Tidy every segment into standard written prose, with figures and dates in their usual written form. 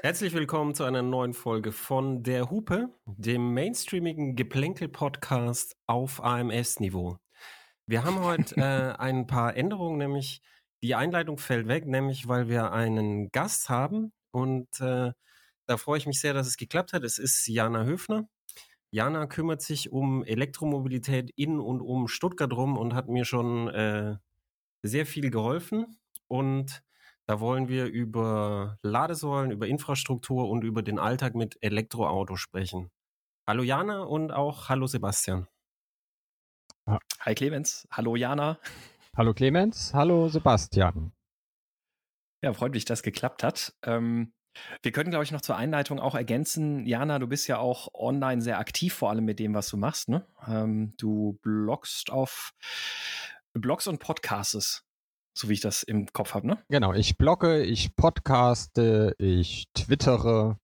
Herzlich willkommen zu einer neuen Folge von Der Hupe, dem mainstreamigen Geplänkel-Podcast auf AMS-Niveau. Wir haben heute ein paar Änderungen, nämlich die Einleitung fällt weg, nämlich weil wir einen Gast haben und da freue ich mich sehr, dass es geklappt hat. Es ist Jana Höfner. Jana kümmert sich um Elektromobilität in und um Stuttgart rum und hat mir schon sehr viel geholfen. Und da wollen wir über Ladesäulen, über Infrastruktur und über den Alltag mit Elektroauto sprechen. Hallo Jana und auch hallo Sebastian. Hi Clemens, hallo Jana. Hallo Clemens, hallo Sebastian. Ja, freut mich, dass es geklappt hat. Wir können, glaube ich, noch zur Einleitung auch ergänzen. Jana, du bist ja auch online sehr aktiv, vor allem mit dem, was du machst, ne? Du bloggst und podcastest, so wie ich das im Kopf habe, ne? Genau, ich blogge, ich podcaste, ich twittere,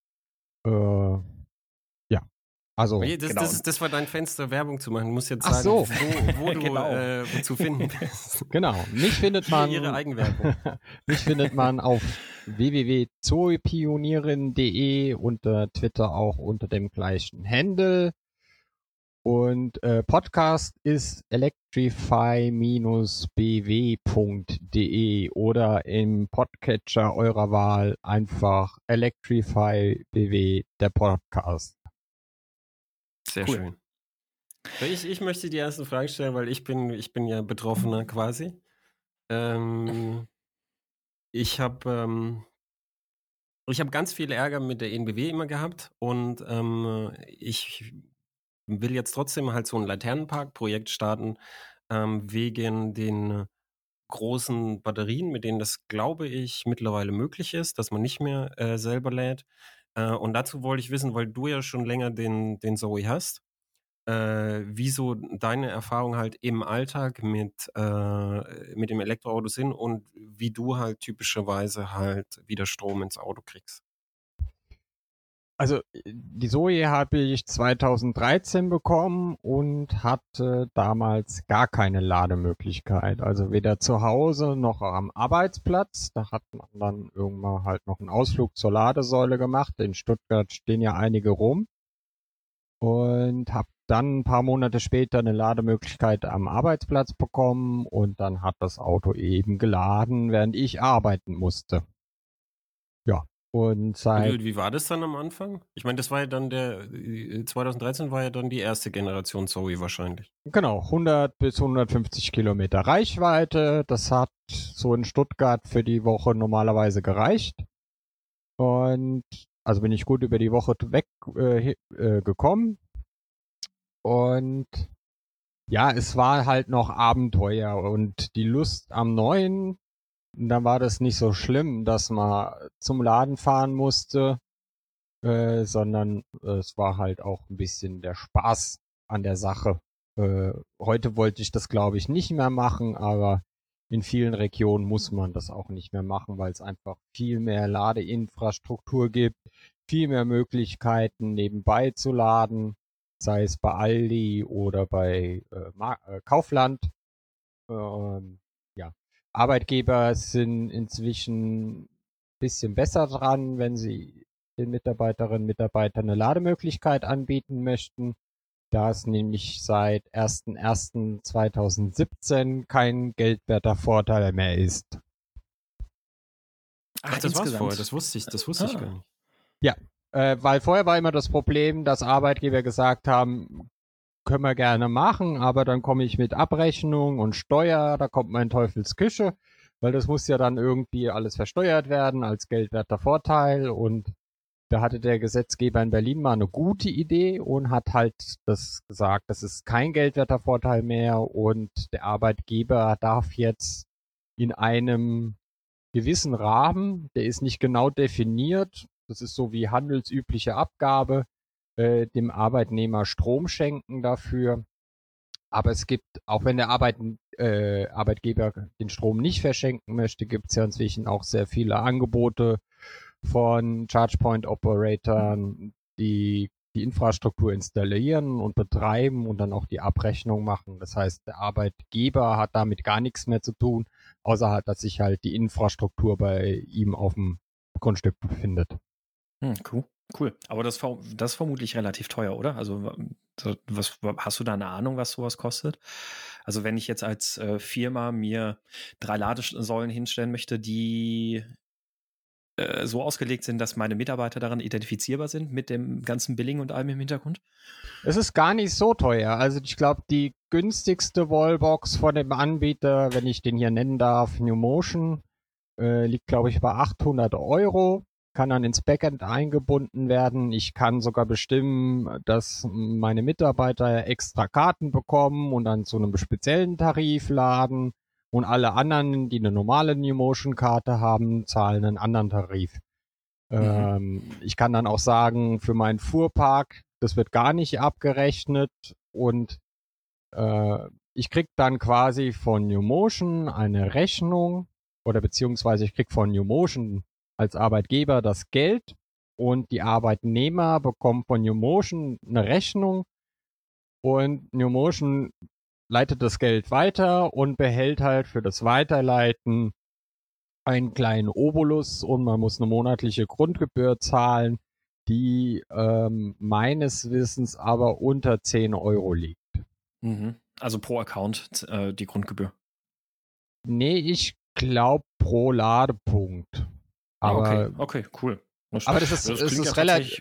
ja. Also, genau. Das war dein Fenster, Werbung zu machen. Du musst jetzt ach sagen, so. wo du genau. zu finden bist. Genau, mich findet man ihre Eigenwerbung. Mich findet man auf www.zoepionierin.de, unter Twitter auch unter dem gleichen Handle. Und Podcast ist electrify-bw.de oder im Podcatcher eurer Wahl einfach Electrify BW, der Podcast. Sehr cool. Schön. Ich möchte die erste Frage stellen, weil ich bin ja Betroffener quasi. Ich habe ganz viel Ärger mit der EnBW immer gehabt und ich will jetzt trotzdem halt so ein Laternenpark-Projekt starten, wegen den großen Batterien, mit denen das, glaube ich, mittlerweile möglich ist, dass man nicht mehr selber lädt. Und dazu wollte ich wissen, weil du ja schon länger den Zoe hast, wie so deine Erfahrungen halt im Alltag mit dem Elektroauto sind und wie du halt typischerweise halt wieder Strom ins Auto kriegst. Also die Zoe habe ich 2013 bekommen und hatte damals gar keine Lademöglichkeit. Also weder zu Hause noch am Arbeitsplatz. Da hat man dann irgendwann halt noch einen Ausflug zur Ladesäule gemacht. In Stuttgart stehen ja einige rum. Und habe dann ein paar Monate später eine Lademöglichkeit am Arbeitsplatz bekommen und dann hat das Auto eben geladen, während ich arbeiten musste. Ja. Und wie war das dann am Anfang? Ich meine, das war ja dann 2013 war ja dann die erste Generation Zoe wahrscheinlich. Genau, 100 bis 150 Kilometer Reichweite. Das hat so in Stuttgart für die Woche normalerweise gereicht. Und also bin ich gut über die Woche weg gekommen. Und ja, es war halt noch Abenteuer und die Lust am Neuen. Dann war das nicht so schlimm, dass man zum Laden fahren musste, sondern es war halt auch ein bisschen der Spaß an der Sache. Heute wollte ich das, glaube ich, nicht mehr machen, aber in vielen Regionen muss man das auch nicht mehr machen, weil es einfach viel mehr Ladeinfrastruktur gibt, viel mehr Möglichkeiten nebenbei zu laden, sei es bei Aldi oder bei Kaufland. Ja, Arbeitgeber sind inzwischen ein bisschen besser dran, wenn sie den Mitarbeiterinnen und Mitarbeitern eine Lademöglichkeit anbieten möchten, da es nämlich seit 01.01.2017 kein geldwerter Vorteil mehr ist. Ach, das war's vorher, das wusste ich gar nicht. Ja, weil vorher war immer das Problem, dass Arbeitgeber gesagt haben, können wir gerne machen, aber dann komme ich mit Abrechnung und Steuer, da kommt mein Teufels Küche, weil das muss ja dann irgendwie alles versteuert werden als geldwerter Vorteil und da hatte der Gesetzgeber in Berlin mal eine gute Idee und hat halt das gesagt, das ist kein geldwerter Vorteil mehr und der Arbeitgeber darf jetzt in einem gewissen Rahmen, der ist nicht genau definiert, das ist so wie handelsübliche Abgabe, dem Arbeitnehmer Strom schenken dafür. Aber es gibt, auch wenn der Arbeitgeber den Strom nicht verschenken möchte, gibt es ja inzwischen auch sehr viele Angebote von ChargePoint-Operatoren, die die Infrastruktur installieren und betreiben und dann auch die Abrechnung machen. Das heißt, der Arbeitgeber hat damit gar nichts mehr zu tun, außer dass sich halt die Infrastruktur bei ihm auf dem Grundstück befindet. Cool. Aber das ist vermutlich relativ teuer, oder? Also was hast du da eine Ahnung, was sowas kostet? Also wenn ich jetzt als Firma mir 3 Ladesäulen hinstellen möchte, die so ausgelegt sind, dass meine Mitarbeiter daran identifizierbar sind mit dem ganzen Billing und allem im Hintergrund? Es ist gar nicht so teuer. Also ich glaube, die günstigste Wallbox von dem Anbieter, wenn ich den hier nennen darf, NewMotion, liegt, glaube ich, bei 800 Euro. Kann dann ins Backend eingebunden werden. Ich kann sogar bestimmen, dass meine Mitarbeiter extra Karten bekommen und dann zu einem speziellen Tarif laden. Und alle anderen, die eine normale NewMotion-Karte haben, zahlen einen anderen Tarif. Ich kann dann auch sagen, für meinen Fuhrpark, das wird gar nicht abgerechnet und ich krieg dann quasi von NewMotion eine Rechnung oder beziehungsweise ich krieg von NewMotion als Arbeitgeber das Geld und die Arbeitnehmer bekommen von NewMotion eine Rechnung und NewMotion leitet das Geld weiter und behält halt für das Weiterleiten einen kleinen Obolus und man muss eine monatliche Grundgebühr zahlen, die meines Wissens aber unter 10 Euro liegt. Also pro Account die Grundgebühr. Nee, ich glaube pro Ladepunkt. Aber, okay, cool. Aber das ist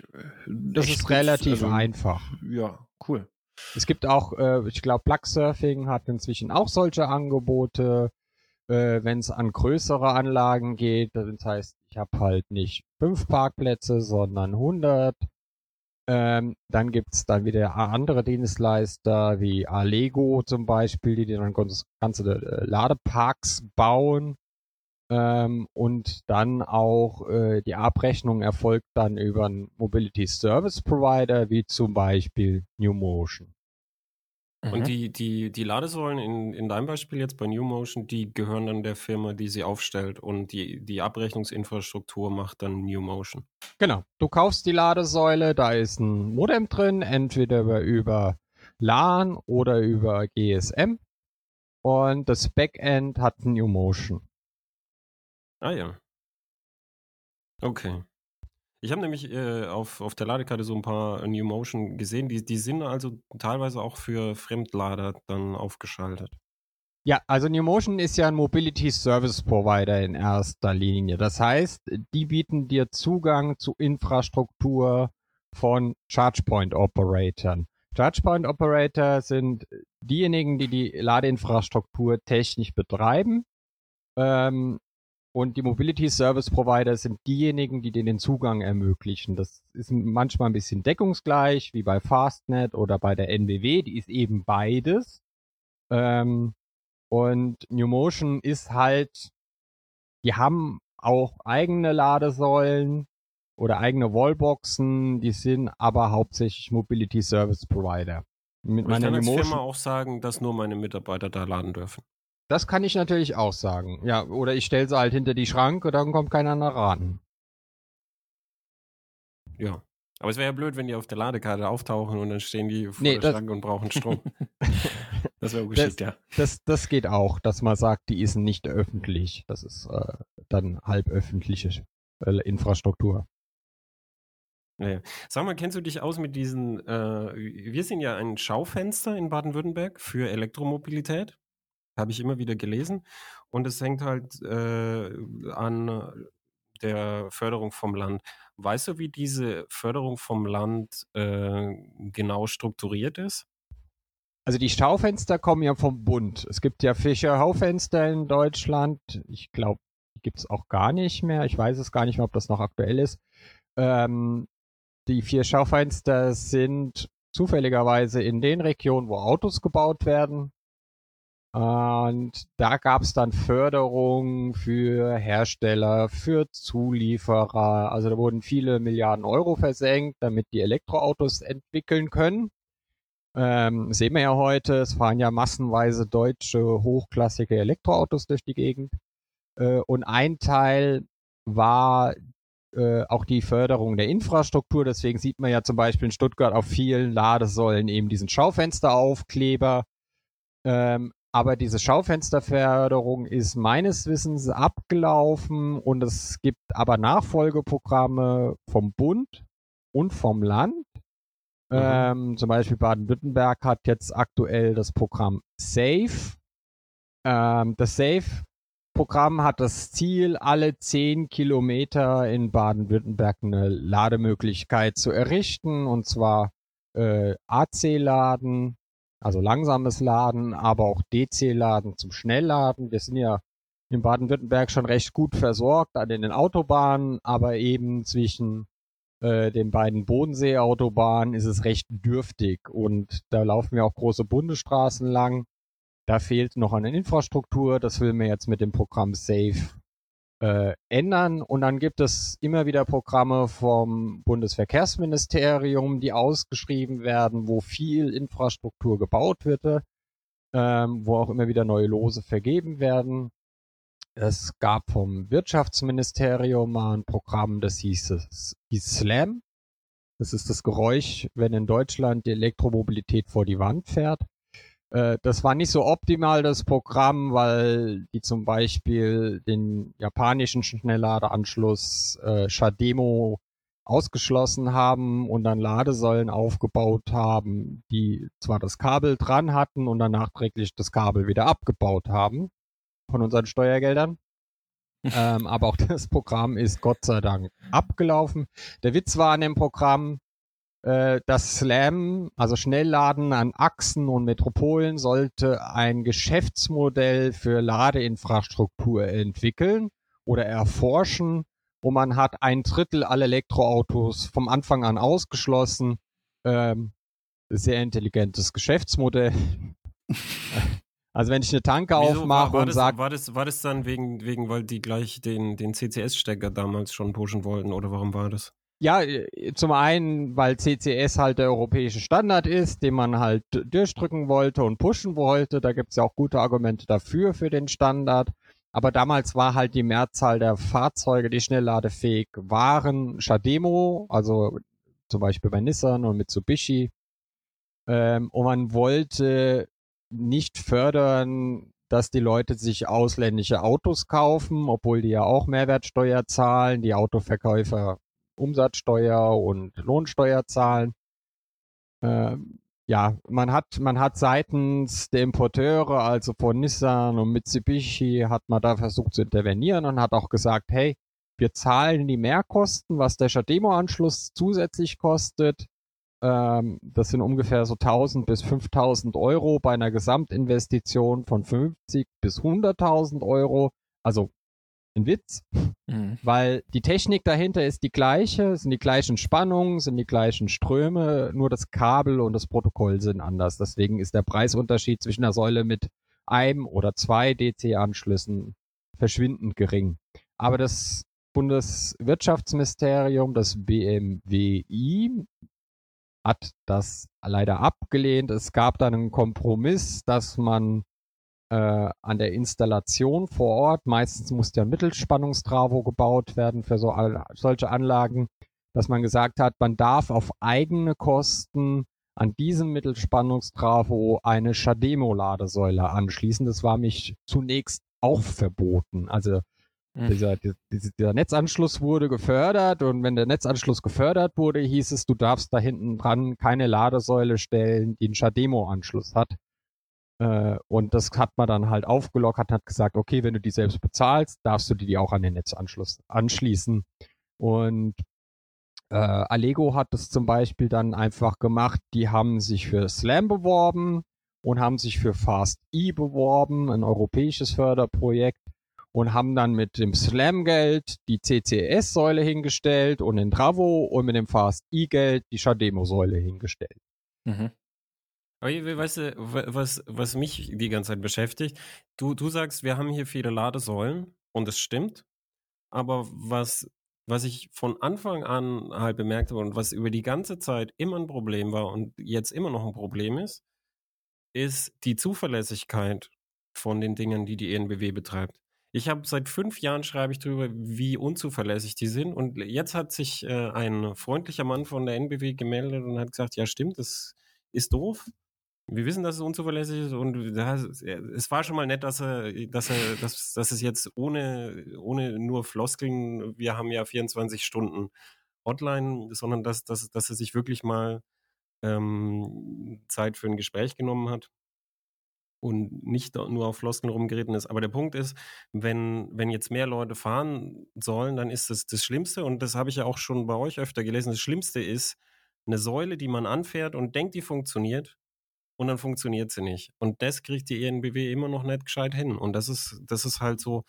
relativ einfach. Ja, cool. Es gibt auch, ich glaube, Plugsurfing hat inzwischen auch solche Angebote, wenn es an größere Anlagen geht. Das heißt, ich habe halt nicht 5 Parkplätze, sondern 100. Dann gibt's dann wieder andere Dienstleister wie Allego zum Beispiel, die dann ganze Ladeparks bauen. Und dann auch die Abrechnung erfolgt dann über einen Mobility Service Provider wie zum Beispiel NewMotion. Und die Ladesäulen in deinem Beispiel jetzt bei NewMotion, die gehören dann der Firma, die sie aufstellt und die Abrechnungsinfrastruktur macht dann NewMotion. Genau. Du kaufst die Ladesäule, da ist ein Modem drin, entweder über LAN oder über GSM und das Backend hat NewMotion. Ah ja. Okay. Ich habe nämlich auf der Ladekarte so ein paar NewMotion gesehen, die sind also teilweise auch für Fremdlader dann aufgeschaltet. Ja, also NewMotion ist ja ein Mobility Service Provider in erster Linie. Das heißt, die bieten dir Zugang zu Infrastruktur von ChargePoint Operatoren. ChargePoint Operator sind diejenigen, die die Ladeinfrastruktur technisch betreiben. Und die Mobility Service Provider sind diejenigen, die dir den Zugang ermöglichen. Das ist manchmal ein bisschen deckungsgleich, wie bei Fastnet oder bei der NBW. Die ist eben beides. Und NewMotion ist halt, die haben auch eigene Ladesäulen oder eigene Wallboxen, die sind aber hauptsächlich Mobility Service Provider. Ich kann als Firma auch sagen, dass nur meine Mitarbeiter da laden dürfen. Das kann ich natürlich auch sagen. Ja, oder ich stelle sie halt hinter die Schranke, dann kommt keiner nach ran. Ja. Aber es wäre ja blöd, wenn die auf der Ladekarte auftauchen und dann stehen die vor der Schranke und brauchen Strom. Das wäre ungeschickt, ja. Das geht auch, dass man sagt, die ist nicht öffentlich. Das ist dann halböffentliche Infrastruktur. Ja. Sag mal, kennst du dich aus mit diesen, wir sind ja ein Schaufenster in Baden-Württemberg für Elektromobilität. Habe ich immer wieder gelesen. Und es hängt halt an der Förderung vom Land. Weißt du, wie diese Förderung vom Land genau strukturiert ist? Also die Schaufenster kommen ja vom Bund. Es gibt ja Fischer-Schaufenster in Deutschland. Ich glaube, die gibt es auch gar nicht mehr. Ich weiß es gar nicht mehr, ob das noch aktuell ist. Die 4 Schaufenster sind zufälligerweise in den Regionen, wo Autos gebaut werden. Und da gab es dann Förderung für Hersteller, für Zulieferer. Also da wurden viele Milliarden Euro versenkt, damit die Elektroautos entwickeln können. Sehen wir ja heute, es fahren ja massenweise deutsche hochklassige Elektroautos durch die Gegend. Und ein Teil war auch die Förderung der Infrastruktur. Deswegen sieht man ja zum Beispiel in Stuttgart auf vielen Ladesäulen eben diesen Schaufensteraufkleber. Aber diese Schaufensterförderung ist meines Wissens abgelaufen und es gibt aber Nachfolgeprogramme vom Bund und vom Land. Zum Beispiel Baden-Württemberg hat jetzt aktuell das Programm SAFE. Das SAFE-Programm hat das Ziel, alle 10 Kilometer in Baden-Württemberg eine Lademöglichkeit zu errichten, und zwar AC-Laden, also langsames Laden, aber auch DC-Laden zum Schnellladen. Wir sind ja in Baden-Württemberg schon recht gut versorgt an den Autobahnen, aber eben zwischen den beiden Bodensee-Autobahnen ist es recht dürftig und da laufen ja auch große Bundesstraßen lang. Da fehlt noch an der Infrastruktur. Das will man jetzt mit dem Programm SAFE ändern. Und dann gibt es immer wieder Programme vom Bundesverkehrsministerium, die ausgeschrieben werden, wo viel Infrastruktur gebaut wird, wo auch immer wieder neue Lose vergeben werden. Es gab vom Wirtschaftsministerium mal ein Programm, das hieß SLAM. Das ist das Geräusch, wenn in Deutschland die Elektromobilität vor die Wand fährt. Das war nicht so optimal, das Programm, weil die zum Beispiel den japanischen Schnellladeanschluss Shademo ausgeschlossen haben und dann Ladesäulen aufgebaut haben, die zwar das Kabel dran hatten und dann nachträglich das Kabel wieder abgebaut haben von unseren Steuergeldern. Aber auch das Programm ist Gott sei Dank abgelaufen. Der Witz war an dem Programm, das SLAM, also Schnellladen an Achsen und Metropolen, sollte ein Geschäftsmodell für Ladeinfrastruktur entwickeln oder erforschen, wo man hat 1/3 aller Elektroautos vom Anfang an ausgeschlossen. Sehr intelligentes Geschäftsmodell. Also wenn ich eine Tanke aufmache und sage... War das dann wegen, weil die gleich den CCS-Stecker damals schon pushen wollten, oder warum war das? Ja, zum einen, weil CCS halt der europäische Standard ist, den man halt durchdrücken wollte und pushen wollte. Da gibt's ja auch gute Argumente dafür, für den Standard. Aber damals war halt die Mehrzahl der Fahrzeuge, die schnellladefähig waren, Shademo, also zum Beispiel bei Nissan und Mitsubishi. Und man wollte nicht fördern, dass die Leute sich ausländische Autos kaufen, obwohl die ja auch Mehrwertsteuer zahlen, die Autoverkäufer Umsatzsteuer und Lohnsteuer zahlen. Ja, man hat seitens der Importeure, also von Nissan und Mitsubishi, hat man da versucht zu intervenieren und hat auch gesagt, hey, wir zahlen die Mehrkosten, was der Shademo-Anschluss zusätzlich kostet. Das sind ungefähr so 1.000 bis 5.000 Euro bei einer Gesamtinvestition von 50 bis 100.000 Euro. Also ein Witz, weil die Technik dahinter ist die gleiche, sind die gleichen Spannungen, sind die gleichen Ströme, nur das Kabel und das Protokoll sind anders. Deswegen ist der Preisunterschied zwischen einer Säule mit einem oder zwei DC-Anschlüssen verschwindend gering. Aber das Bundeswirtschaftsministerium, das BMWI, hat das leider abgelehnt. Es gab dann einen Kompromiss, dass man an der Installation vor Ort, meistens muss ja ein Mittelspannungstravo gebaut werden für solche Anlagen, dass man gesagt hat, man darf auf eigene Kosten an diesem Mittelspannungstravo eine Shademo-Ladesäule anschließen. Das war mich zunächst auch verboten. Also dieser Netzanschluss wurde gefördert und wenn der Netzanschluss gefördert wurde, hieß es, du darfst da hinten dran keine Ladesäule stellen, die einen Shademo-Anschluss hat. Und das hat man dann halt aufgelockert, hat gesagt, okay, wenn du die selbst bezahlst, darfst du die auch an den Netzanschluss anschließen. Und Allego hat das zum Beispiel dann einfach gemacht, die haben sich für SLAM beworben und haben sich für Fast-E beworben, ein europäisches Förderprojekt, und haben dann mit dem SLAM-Geld die CCS-Säule hingestellt und den Travo und mit dem Fast-E-Geld die Shademo-Säule hingestellt. Mhm. Aber weißt du, was mich die ganze Zeit beschäftigt? Du sagst, wir haben hier viele Ladesäulen und es stimmt, aber was ich von Anfang an halt bemerkt habe und was über die ganze Zeit immer ein Problem war und jetzt immer noch ein Problem ist die Zuverlässigkeit von den Dingen, die EnBW betreibt. Ich habe seit 5 Jahren schreibe ich drüber, wie unzuverlässig die sind, und jetzt hat sich ein freundlicher Mann von der EnBW gemeldet und hat gesagt, ja stimmt, das ist doof. Wir wissen, dass es unzuverlässig ist und es war schon mal nett, dass es jetzt ohne nur Floskeln, wir haben ja 24 Stunden Hotline, sondern dass er sich wirklich mal Zeit für ein Gespräch genommen hat und nicht nur auf Floskeln rumgeritten ist. Aber der Punkt ist, wenn jetzt mehr Leute fahren sollen, dann ist das Schlimmste, und das habe ich ja auch schon bei euch öfter gelesen, das Schlimmste ist eine Säule, die man anfährt und denkt, die funktioniert, und dann funktioniert sie nicht. Und das kriegt die EnBW immer noch nicht gescheit hin. Und das ist halt so,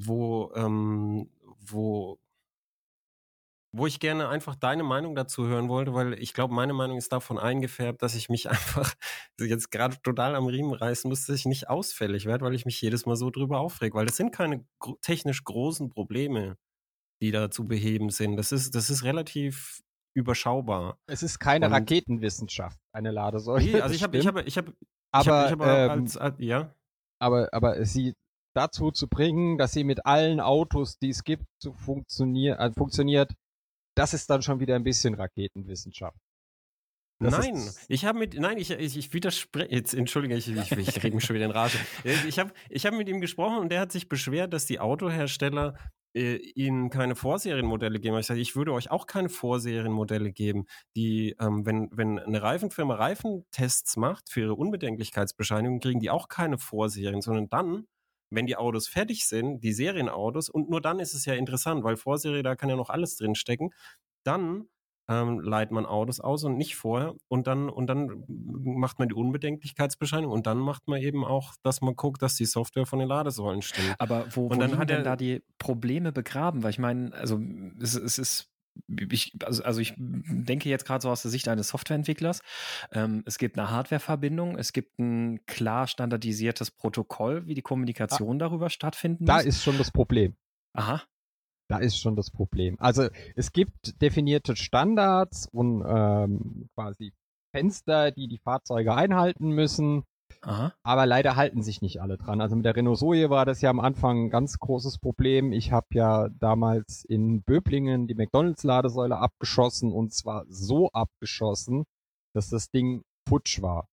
wo ich gerne einfach deine Meinung dazu hören wollte, weil ich glaube, meine Meinung ist davon eingefärbt, dass ich mich einfach jetzt gerade total am Riemen reißen muss, dass ich nicht ausfällig werde, weil ich mich jedes Mal so drüber aufrege. Weil das sind keine technisch großen Probleme, die da zu beheben sind. Das ist relativ überschaubar. Es ist keine Und- Raketenwissenschaft, eine Ladesäule. Nee, also das ich habe stimmt. ja. Aber sie dazu zu bringen, dass sie mit allen Autos, die es gibt, funktioniert, das ist dann schon wieder ein bisschen Raketenwissenschaft. Ich widerspreche, jetzt entschuldige, ich rede mich schon wieder in Rage. Ich hab mit ihm gesprochen und der hat sich beschwert, dass die Autohersteller ihnen keine Vorserienmodelle geben. Ich sage, ich würde euch auch keine Vorserienmodelle geben, die, wenn eine Reifenfirma Reifentests macht für ihre Unbedenklichkeitsbescheinigung, kriegen die auch keine Vorserien, sondern dann, wenn die Autos fertig sind, die Serienautos, und nur dann ist es ja interessant, weil Vorserie, da kann ja noch alles drinstecken, dann leiht man Autos aus und nicht vorher, und dann macht man die Unbedenklichkeitsbescheinigung und dann macht man eben auch, dass man guckt, dass die Software von den Ladesäulen stimmt. Aber wo Und dann liegen hat denn er- da die Probleme begraben? Weil ich meine, also es ist ich denke jetzt gerade so aus der Sicht eines Softwareentwicklers. Es gibt eine Hardwareverbindung, es gibt ein klar standardisiertes Protokoll, wie die Kommunikation darüber stattfinden Da muss. ist schon das Problem. Aha. Da ist schon das Problem. Also es gibt definierte Standards und quasi Fenster, die die Fahrzeuge einhalten müssen. Aha. Aber leider halten sich nicht alle dran. Also mit der Renault Zoe war das ja am Anfang ein ganz großes Problem. Ich habe ja damals in Böblingen die McDonalds-Ladesäule abgeschossen, und zwar so abgeschossen, dass das Ding futsch war.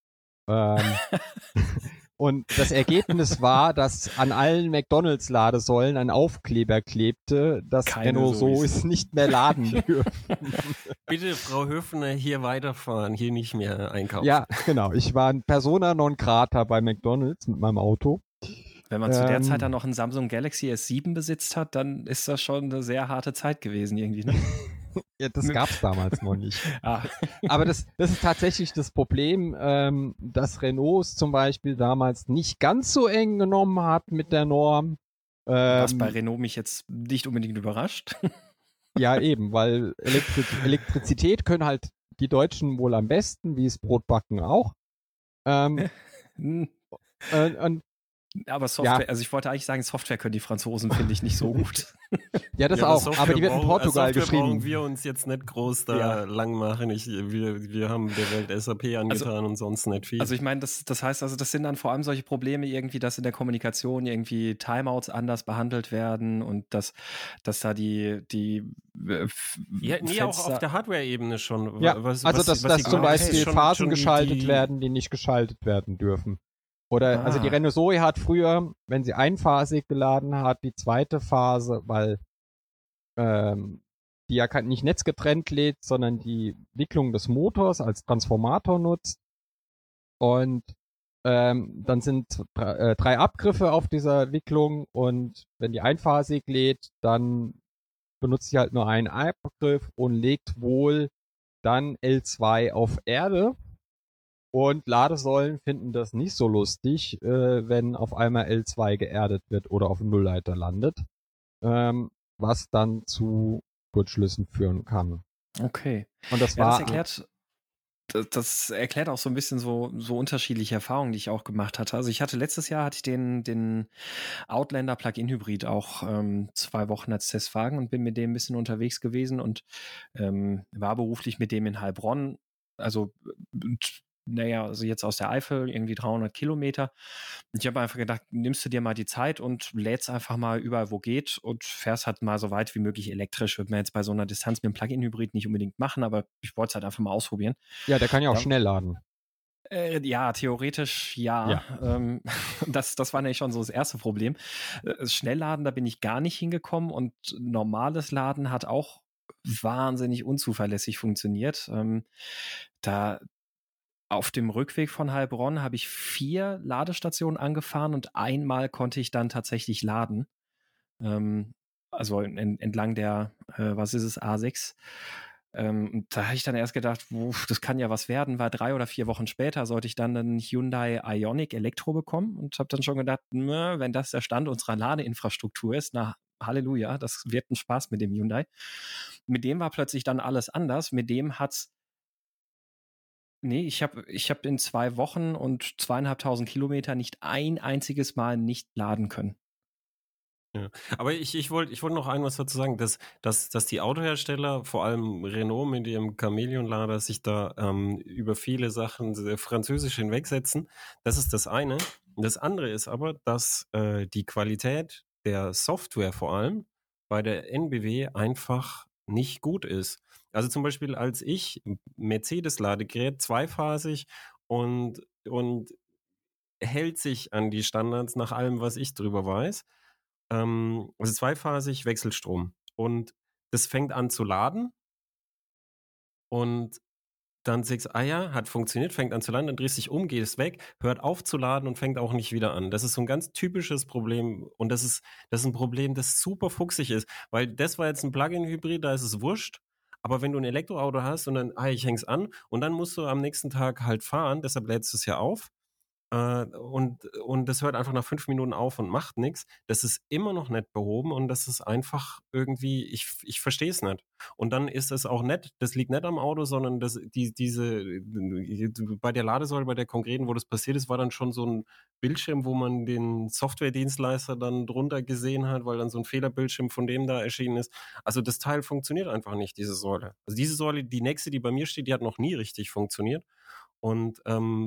Und das Ergebnis war, dass an allen McDonalds-Ladesäulen ein Aufkleber klebte, dass Keine Renault Zoes. Zoes nicht mehr laden dürfen. Bitte, Frau Höfner, hier weiterfahren, hier nicht mehr einkaufen. Ja, genau. Ich war ein Persona non grata bei McDonalds mit meinem Auto. Wenn man zu der Zeit dann noch einen Samsung Galaxy S7 besitzt hat, dann ist das schon eine sehr harte Zeit gewesen irgendwie. Ne? Ja, das gab's damals noch nicht. Ah. Aber das ist tatsächlich das Problem, dass Renault es zum Beispiel damals nicht ganz so eng genommen hat mit der Norm. Was bei Renault mich jetzt nicht unbedingt überrascht. Ja, eben, weil Elektrizität können halt die Deutschen wohl am besten, wie es Brotbacken auch. Und Aber Software, Ja. also ich wollte eigentlich sagen, Software können die Franzosen, finde ich, nicht so gut. ja, das Ja, auch, Software aber die wird in Portugal Software geschrieben. brauchen wir uns jetzt nicht groß da lang machen. Wir haben der Welt SAP angetan und sonst nicht viel. Also ich meine, das heißt, also das sind dann vor allem solche Probleme irgendwie, dass in der Kommunikation irgendwie Timeouts anders behandelt werden und dass da die auch auf der Hardware-Ebene schon. Ja, dass zum Beispiel Phasen geschaltet werden, die nicht geschaltet werden dürfen. Oder, also die Renault Zoe hat früher, wenn sie einphasig geladen hat, die zweite Phase, weil die ja nicht netzgetrennt lädt, sondern die Wicklung des Motors als Transformator nutzt. Und dann sind 3 Abgriffe auf dieser Wicklung, und wenn die einphasig lädt, dann benutzt sie halt nur einen Abgriff und legt wohl dann L2 auf Erde. Und Ladesäulen finden das nicht so lustig, wenn auf einmal L2 geerdet wird oder auf dem Nullleiter landet, was dann zu Kurzschlüssen führen kann. Okay. Und das war. Das erklärt auch so ein bisschen so unterschiedliche Erfahrungen, die ich auch gemacht hatte. Also letztes Jahr hatte ich den Outlander Plug-in Hybrid auch 2 Wochen als Testwagen und bin mit dem ein bisschen unterwegs gewesen und war beruflich mit dem in Heilbronn. Also also jetzt aus der Eifel, irgendwie 300 Kilometer. Und ich habe einfach gedacht, nimmst du dir mal die Zeit und lädst einfach mal überall, wo geht, und fährst halt mal so weit wie möglich elektrisch. Würde man jetzt bei so einer Distanz mit dem Plug-in-Hybrid nicht unbedingt machen, aber ich wollte es halt einfach mal ausprobieren. Ja, der kann ja auch schnell laden. Ja, theoretisch ja. Das war nämlich schon so das erste Problem. Schnellladen, da bin ich gar nicht hingekommen und normales Laden hat auch wahnsinnig unzuverlässig funktioniert. Da auf dem Rückweg von Heilbronn habe ich 4 Ladestationen angefahren und einmal konnte ich dann tatsächlich laden. Also entlang der, was ist es, A6. Und da habe ich dann erst gedacht, das kann ja was werden, weil 3 oder 4 Wochen später sollte ich dann einen Hyundai Ioniq Elektro bekommen und habe dann schon gedacht, wenn das der Stand unserer Ladeinfrastruktur ist, na Halleluja, das wird ein Spaß mit dem Hyundai. Mit dem war plötzlich dann alles anders. Mit dem hat's ich hab in 2 Wochen und 2.500 Kilometer nicht ein einziges Mal nicht laden können. Ja. Aber ich wollte noch ein was dazu sagen, dass die Autohersteller, vor allem Renault mit ihrem Chamäleon-Lader, sich da über viele Sachen französisch hinwegsetzen. Das ist das eine. Das andere ist aber, dass die Qualität der Software vor allem bei der NBW einfach nicht gut ist. Also zum Beispiel als ich Mercedes-Ladegerät zweiphasig und hält sich an die Standards nach allem, was ich drüber weiß. Also zweiphasig Wechselstrom. Und das fängt an zu laden und dann sagst du, ja, hat funktioniert, fängt an zu laden, dann drehst dich um, gehst weg, hört auf zu laden und fängt auch nicht wieder an. Das ist so ein ganz typisches Problem und das ist ein Problem, das super fuchsig ist, weil das war jetzt ein Plug-in-Hybrid, da ist es wurscht. Aber wenn du ein Elektroauto hast und dann, ich häng's an und dann musst du am nächsten Tag halt fahren, deshalb lädst du es ja auf. Und das hört einfach nach 5 Minuten auf und macht nichts. Das ist immer noch nicht behoben und das ist einfach irgendwie, ich verstehe es nicht. Und dann ist es auch nicht, das liegt nicht am Auto, sondern bei der Ladesäule, bei der konkreten, wo das passiert ist, war dann schon so ein Bildschirm, wo man den Softwaredienstleister dann drunter gesehen hat, weil dann so ein Fehlerbildschirm von dem da erschienen ist. Also das Teil funktioniert einfach nicht, diese Säule. Also diese Säule, die nächste, die bei mir steht, die hat noch nie richtig funktioniert. Und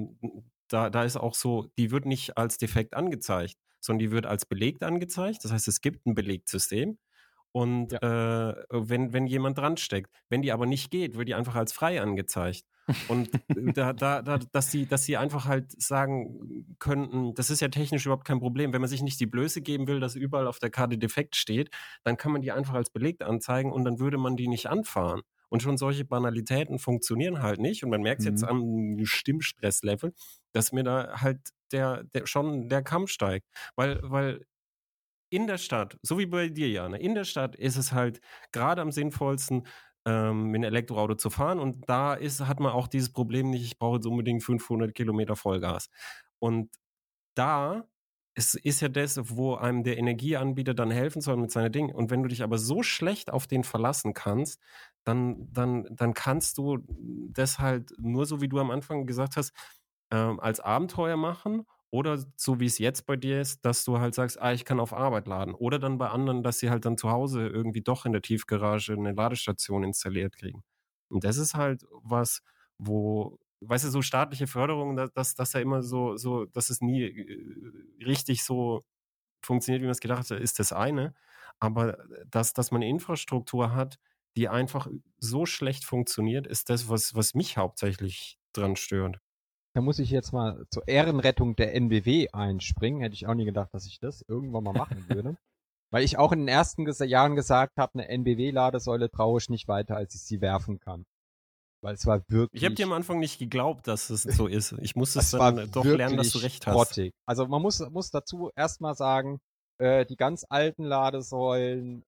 da ist auch so, die wird nicht als defekt angezeigt, sondern die wird als belegt angezeigt. Das heißt, es gibt ein Belegtsystem. Und wenn jemand dran steckt, wenn die aber nicht geht, wird die einfach als frei angezeigt. Und dass sie einfach halt sagen könnten, das ist ja technisch überhaupt kein Problem. Wenn man sich nicht die Blöße geben will, dass überall auf der Karte defekt steht, dann kann man die einfach als belegt anzeigen und dann würde man die nicht anfahren. Und schon solche Banalitäten funktionieren halt nicht. Und man merkt es jetzt am Stimmstresslevel, dass mir da halt der Kamm steigt. Weil in der Stadt, so wie bei dir, Jana, in der Stadt ist es halt gerade am sinnvollsten, mit einem Elektroauto zu fahren. Und da hat man auch dieses Problem nicht, ich brauche jetzt unbedingt 500 Kilometer Vollgas. Und da ist ja das, wo einem der Energieanbieter dann helfen soll mit seinen Dingen. Und wenn du dich aber so schlecht auf den verlassen kannst, dann kannst du das halt nur so, wie du am Anfang gesagt hast, als Abenteuer machen oder so wie es jetzt bei dir ist, dass du halt sagst, ich kann auf Arbeit laden. Oder dann bei anderen, dass sie halt dann zu Hause irgendwie doch in der Tiefgarage eine Ladestation installiert kriegen. Und das ist halt was, wo, weißt du, so staatliche Förderung, dass ja immer so, dass es nie richtig so funktioniert, wie man es gedacht hat, ist das eine. Aber dass man eine Infrastruktur hat, die einfach so schlecht funktioniert, ist das, was mich hauptsächlich dran stört. Da muss ich jetzt mal zur Ehrenrettung der NBW einspringen. Hätte ich auch nie gedacht, dass ich das irgendwann mal machen würde. Weil ich auch in den ersten Jahren gesagt habe, eine NBW-Ladesäule traue ich nicht weiter, als ich sie werfen kann. Weil es war wirklich... Ich habe dir am Anfang nicht geglaubt, dass es so ist. Ich musste es dann doch lernen, dass du recht hast. Grottig. Also man muss dazu erstmal sagen, die ganz alten Ladesäulen,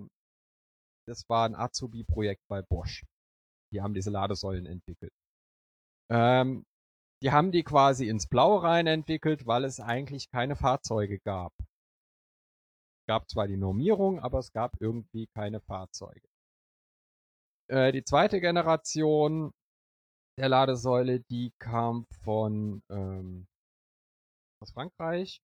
das war ein Azubi-Projekt bei Bosch. Die haben diese Ladesäulen entwickelt. Die haben die quasi ins Blaue rein entwickelt, weil es eigentlich keine Fahrzeuge gab. Es gab zwar die Normierung, aber es gab irgendwie keine Fahrzeuge. Die zweite Generation der Ladesäule, die kam aus Frankreich.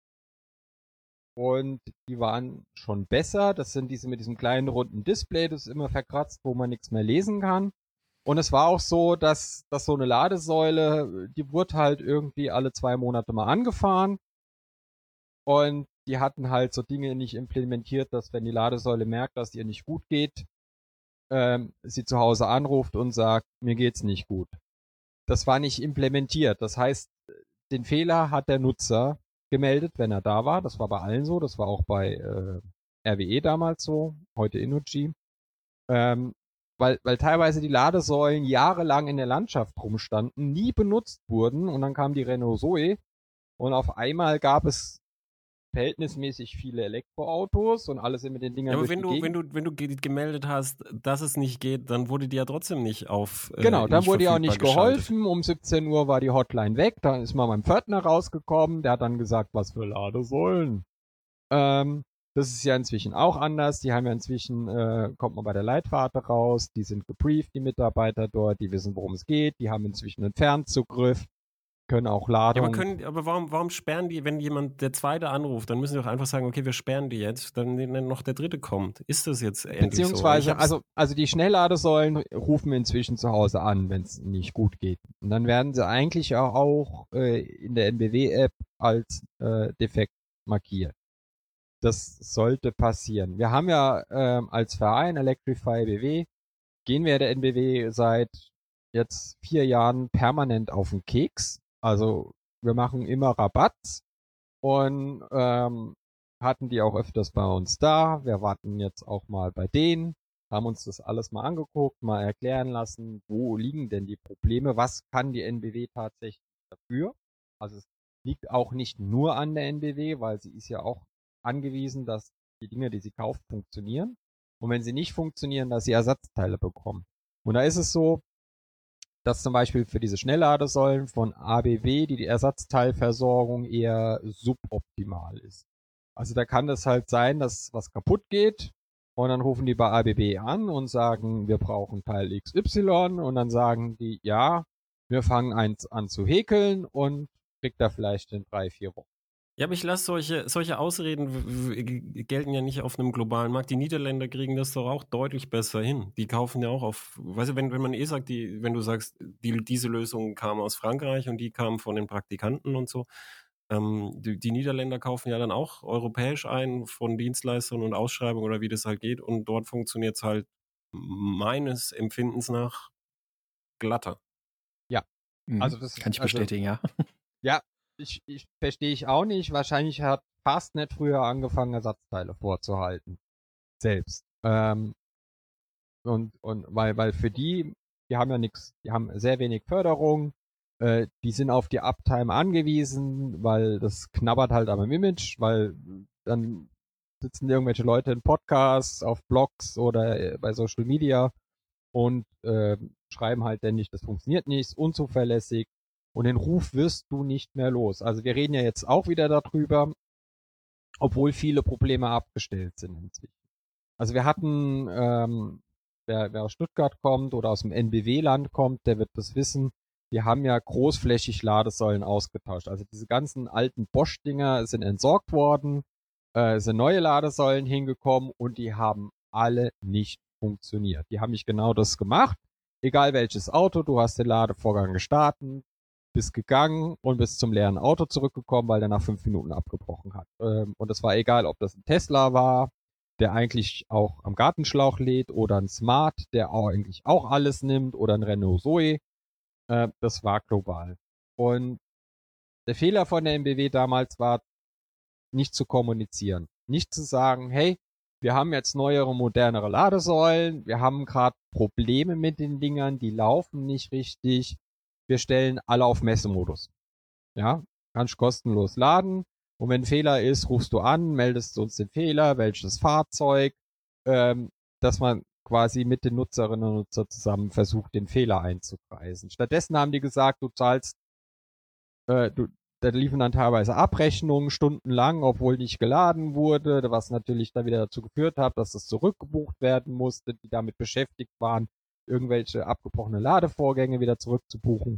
Und die waren schon besser. Das sind diese mit diesem kleinen runden Display, das ist immer verkratzt, wo man nichts mehr lesen kann. Und es war auch so, dass so eine Ladesäule, die wurde halt irgendwie alle 2 Monate mal angefahren. Und die hatten halt so Dinge nicht implementiert, dass wenn die Ladesäule merkt, dass ihr nicht gut geht, sie zu Hause anruft und sagt, mir geht's nicht gut. das war nicht implementiert. Das heißt, den Fehler hat der Nutzer gemeldet, wenn er da war. Das war bei allen so. Das war auch bei RWE damals so, heute Innogy. Weil teilweise die Ladesäulen jahrelang in der Landschaft rumstanden, nie benutzt wurden und dann kam die Renault Zoe und auf einmal gab es verhältnismäßig viele Elektroautos und alle sind mit den Dingern Ja, aber durch die Gegend. wenn du gemeldet hast, dass es nicht geht, dann wurde dir ja trotzdem nicht Genau, dann nicht wurde ja auch verfügbar nicht geschaltet. geholfen. Um 17 Uhr war die Hotline weg. Dann ist mal mein Pförtner rausgekommen. Der hat dann gesagt, was für Ladesäulen. Das ist ja inzwischen auch anders. Die haben ja inzwischen, kommt man bei der Leitfahrt raus. Die sind gebrieft, die Mitarbeiter dort. Die wissen, worum es geht. Die haben inzwischen einen Fernzugriff. Können auch Ja, Ladungen. aber warum sperren die, wenn jemand der Zweite anruft, dann müssen die doch einfach sagen, okay, wir sperren die jetzt, dann noch der Dritte kommt. Ist das jetzt endlich so? Beziehungsweise, also die Schnellladesäulen rufen inzwischen zu Hause an, wenn es nicht gut geht. Und dann werden sie eigentlich auch in der NBW-App als defekt markiert. Das sollte passieren. Wir haben ja als Verein Electrify BW, gehen wir der NBW seit jetzt 4 Jahren permanent auf den Keks. Also wir machen immer Rabatt und hatten die auch öfters bei uns da. Wir warten jetzt auch mal bei denen, haben uns das alles mal angeguckt, mal erklären lassen, wo liegen denn die Probleme, was kann die NBW tatsächlich dafür. Also es liegt auch nicht nur an der NBW, weil sie ist ja auch angewiesen, dass die Dinge, die sie kauft, funktionieren. Und wenn sie nicht funktionieren, dass sie Ersatzteile bekommen. Und da ist es so, dass zum Beispiel für diese Schnellladesäulen von ABW die Ersatzteilversorgung eher suboptimal ist. Also da kann es halt sein, dass was kaputt geht und dann rufen die bei ABB an und sagen, wir brauchen Teil XY und dann sagen die, ja, wir fangen eins an zu häkeln und kriegt da vielleicht in 3-4 Wochen. Ja, aber ich lasse solche Ausreden gelten ja nicht auf einem globalen Markt. Die Niederländer kriegen das doch auch deutlich besser hin. Die kaufen ja auch auf, weißt du, wenn man sagt, wenn du sagst, diese Lösung kam aus Frankreich und die kam von den Praktikanten und so, die Niederländer kaufen ja dann auch europäisch ein von Dienstleistern und Ausschreibungen oder wie das halt geht und dort funktioniert es halt meines Empfindens nach glatter. Ja, also das kann ich bestätigen, ja. Ja, ich verstehe ich auch nicht. Wahrscheinlich hat Fastnet früher angefangen, Ersatzteile vorzuhalten. Selbst. Und weil für die haben ja nichts, die haben sehr wenig Förderung, die sind auf die Uptime angewiesen, weil das knabbert halt am Image, weil dann sitzen irgendwelche Leute in Podcasts, auf Blogs oder bei Social Media und schreiben halt ständig, das funktioniert nicht, ist unzuverlässig und den Ruf wirst du nicht mehr los. Also wir reden ja jetzt auch wieder darüber, obwohl viele Probleme abgestellt sind inzwischen. Also wir hatten, wer aus Stuttgart kommt oder aus dem NBW-Land kommt, der wird das wissen, wir haben ja großflächig Ladesäulen ausgetauscht. Also diese ganzen alten Bosch-Dinger sind entsorgt worden, sind neue Ladesäulen hingekommen und die haben alle nicht funktioniert. Die haben nicht genau das gemacht. Egal welches Auto, du hast den Ladevorgang gestartet, bist gegangen und bist zum leeren Auto zurückgekommen, weil der nach 5 Minuten abgebrochen hat. Und es war egal, ob das ein Tesla war, der eigentlich auch am Gartenschlauch lädt, oder ein Smart, der auch eigentlich auch alles nimmt, oder ein Renault Zoe. Das war global. Und der Fehler von der MBW damals war, nicht zu kommunizieren. Nicht zu sagen, hey, wir haben jetzt neuere, modernere Ladesäulen, wir haben gerade Probleme mit den Dingern, die laufen nicht richtig, wir stellen alle auf Messemodus. Ja, kannst kostenlos laden und wenn ein Fehler ist, rufst du an, meldest uns den Fehler, welches Fahrzeug, dass man quasi mit den Nutzerinnen und Nutzern zusammen versucht, den Fehler einzukreisen. Stattdessen haben die gesagt, du zahlst, da liefen dann teilweise Abrechnungen stundenlang, obwohl nicht geladen wurde, was natürlich dann wieder dazu geführt hat, dass es zurückgebucht werden musste, die damit beschäftigt waren, irgendwelche abgebrochene Ladevorgänge wieder zurückzubuchen.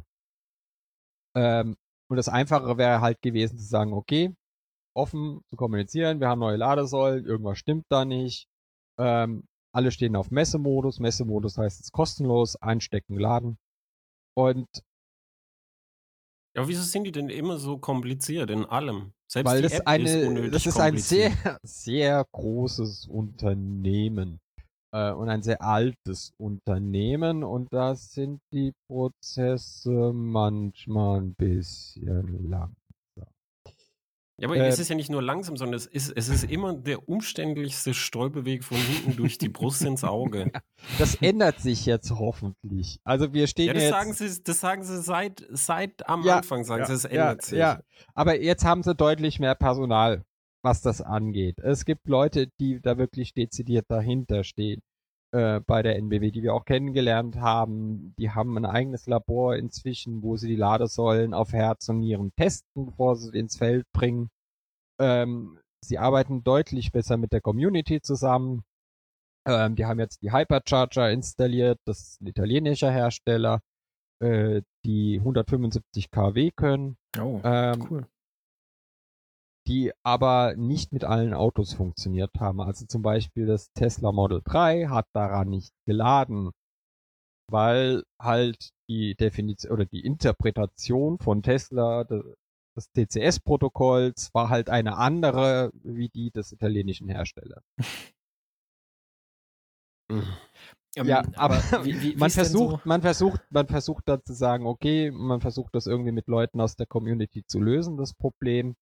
Und das Einfachere wäre halt gewesen zu sagen, okay, offen zu kommunizieren, wir haben neue Ladesäulen, irgendwas stimmt da nicht, alle stehen auf Messemodus, Messemodus heißt es kostenlos, einstecken, laden und Ja, wieso sind die denn immer so kompliziert in allem? Selbst weil die das App ist unnötig das ist ein kompliziert. sehr, sehr großes Unternehmen. und ein sehr altes Unternehmen und da sind die Prozesse manchmal ein bisschen lang. Ja, aber es ist ja nicht nur langsam, sondern es ist immer der umständlichste Stolperweg von hinten durch die Brust ins Auge. Das ändert sich jetzt hoffentlich. Also wir stehen Ja, jetzt... das sagen sie seit am Ja, Anfang, sagen ja, sie, es ändert sich. Ja, aber jetzt haben sie deutlich mehr Personal, was das angeht. Es gibt Leute, die da wirklich dezidiert dahinter stehen. Bei der NBW, die wir auch kennengelernt haben. Die haben ein eigenes Labor inzwischen, wo sie die Ladesäulen auf Herz und Nieren testen, bevor sie sie ins Feld bringen. Sie arbeiten deutlich besser mit der Community zusammen. Die haben jetzt die Hypercharger installiert, das ist ein italienischer Hersteller, die 175 kW können. Oh, cool. Die aber nicht mit allen Autos funktioniert haben. Also zum Beispiel das Tesla Model 3 hat daran nicht geladen, weil halt die Definition oder die Interpretation von Tesla des TCS-Protokolls war halt eine andere wie die des italienischen Herstellers. Ja, aber man versucht dann zu sagen, okay, man versucht das irgendwie mit Leuten aus der Community zu lösen, das Problem.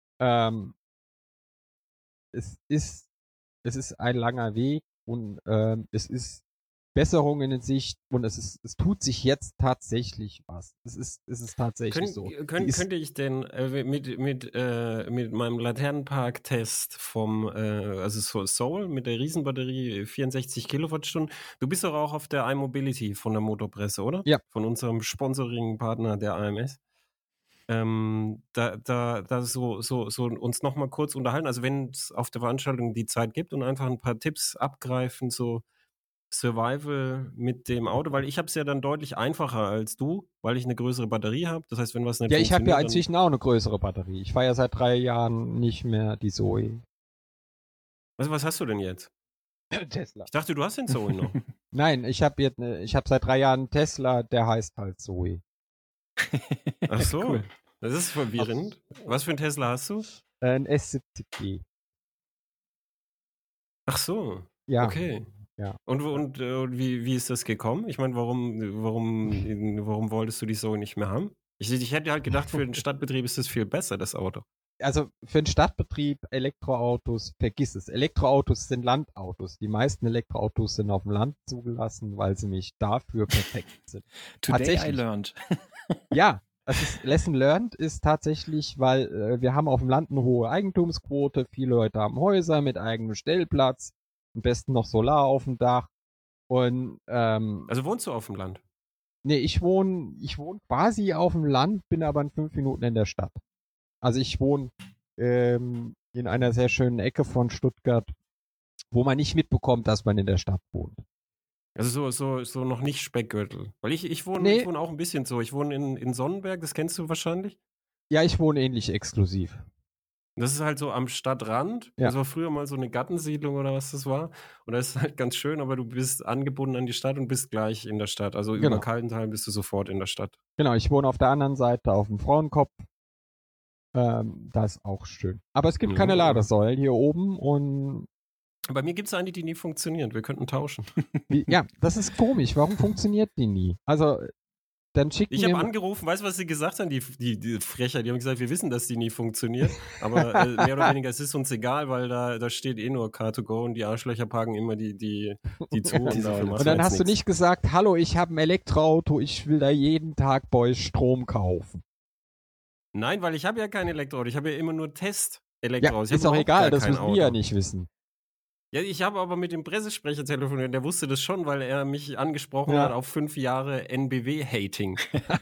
Es ist ein langer Weg und es ist Besserungen in Sicht und es tut sich jetzt tatsächlich was. Es ist tatsächlich so. Könnte ich denn mit meinem Laternenpark-Test vom also Soul mit der Riesenbatterie 64 Kilowattstunden, du bist doch auch auf der iMobility von der Motorpresse, oder? Ja. Von unserem Sponsoring-Partner der AMS. Da so uns nochmal kurz unterhalten, also wenn es auf der Veranstaltung die Zeit gibt und einfach ein paar Tipps abgreifen, so Survival mit dem Auto, weil ich habe es ja dann deutlich einfacher als du, weil ich eine größere Batterie habe. Das heißt, wenn was nicht ja, ich habe ja funktioniert, inzwischen auch eine größere Batterie. Ich fahre ja seit 3 Jahren nicht mehr die Zoe. Was hast du denn jetzt? Tesla. Ich dachte, du hast den Zoe noch. Nein, ich habe seit 3 Jahren einen Tesla, der heißt halt Zoe. Ach so, Cool. Das ist verwirrend. Was für ein Tesla hast du? Ein S70G. Ach so, Ja. okay. Ja. Und wie ist das gekommen? Ich meine, warum wolltest du die Zoe nicht mehr haben? Ich hätte halt gedacht, für den Stadtbetrieb ist das viel besser, das Auto. Also für den Stadtbetrieb Elektroautos, vergiss es. Elektroautos sind Landautos. Die meisten Elektroautos sind auf dem Land zugelassen, weil sie nicht dafür perfekt sind. Today I learned. Ja, Lesson learned ist tatsächlich, weil wir haben auf dem Land eine hohe Eigentumsquote. Viele Leute haben Häuser mit eigenem Stellplatz. Am besten noch Solar auf dem Dach. Und also wohnst du auf dem Land? Nee, ich wohne quasi auf dem Land, bin aber in 5 Minuten in der Stadt. Also ich wohne in einer sehr schönen Ecke von Stuttgart, wo man nicht mitbekommt, dass man in der Stadt wohnt. Also so noch nicht Speckgürtel. Weil ich wohne auch ein bisschen so. Ich wohne in Sonnenberg, das kennst du wahrscheinlich. Ja, ich wohne ähnlich exklusiv. Das ist halt so am Stadtrand. Ja. Das war früher mal so eine Gartensiedlung oder was das war. Und das ist halt ganz schön, aber du bist angebunden an die Stadt und bist gleich in der Stadt. Also Genau. über Kaltental bist du sofort in der Stadt. Genau, ich wohne auf der anderen Seite auf dem Frauenkopf. Das ist auch schön. Aber es gibt keine Ladesäulen hier oben und bei mir gibt es eine, die nie funktioniert. Wir könnten tauschen. Ja, das ist komisch. Warum funktioniert die nie? Also, dann schicken Ich habe angerufen, weißt du, was sie gesagt haben, die Frecher, die haben gesagt, wir wissen, dass die nie funktioniert, aber mehr oder weniger, es ist uns egal, weil da steht eh nur Car2Go und die Arschlöcher parken immer die zu. Und dann hast du nicht gesagt, hallo, ich habe ein Elektroauto, ich will da jeden Tag bei euch Strom kaufen. Nein, weil ich habe ja kein Elektroauto, ich habe ja immer nur Test-Elektroautos. Ja, ist auch egal, das müssen wir ja nicht wissen. Ja, ich habe aber mit dem Pressesprecher telefoniert, der wusste das schon, weil er mich angesprochen hat auf 5 Jahre NBW-Hating.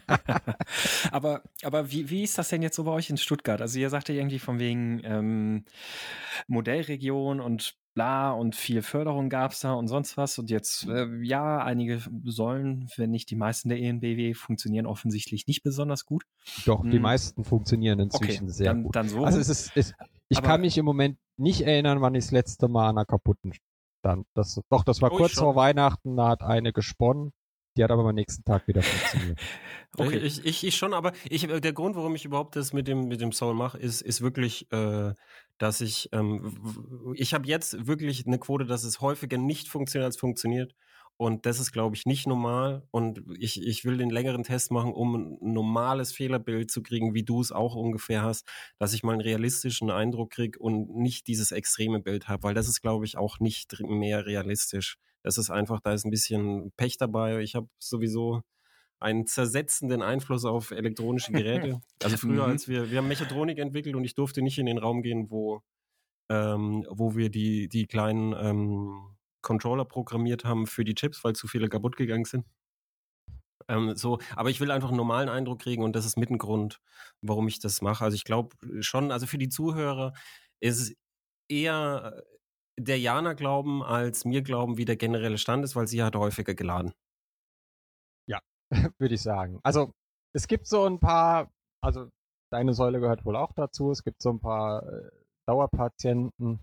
aber wie ist das denn jetzt so bei euch in Stuttgart? Also ihr sagt ja irgendwie von wegen Modellregion und bla und viel Förderung gab es da und sonst was und jetzt, ja, einige Säulen, wenn nicht die meisten der EnBW, funktionieren offensichtlich nicht besonders gut. Doch, die meisten funktionieren inzwischen sehr gut. Dann so. Also ich kann mich im Moment nicht erinnern, wann ich das letzte Mal an einer kaputten stand. Das war kurz vor Weihnachten, da hat eine gesponnen. Die hat aber am nächsten Tag wieder funktioniert. Okay. Ich schon, aber der Grund, warum ich überhaupt das mit dem Soul mache, ist wirklich dass ich habe jetzt wirklich eine Quote, dass es häufiger nicht funktioniert als funktioniert. Und das ist, glaube ich, nicht normal. Und ich will den längeren Test machen, um ein normales Fehlerbild zu kriegen, wie du es auch ungefähr hast, dass ich mal einen realistischen Eindruck kriege und nicht dieses extreme Bild habe, weil das ist, glaube ich, auch nicht mehr realistisch. Das ist einfach, da ist ein bisschen Pech dabei. Ich habe sowieso einen zersetzenden Einfluss auf elektronische Geräte. Also früher, als wir haben Mechatronik entwickelt und ich durfte nicht in den Raum gehen, wo wir die kleinen Controller programmiert haben für die Chips, weil zu viele kaputt gegangen sind. Aber ich will einfach einen normalen Eindruck kriegen und das ist mit ein Grund, warum ich das mache. Also ich glaube schon, also für die Zuhörer ist es eher der Jana glauben als mir glauben, wie der generelle Stand ist, weil sie hat häufiger geladen. Ja, würde ich sagen. Also es gibt so ein paar, also deine Säule gehört wohl auch dazu, es gibt so ein paar Dauerpatienten.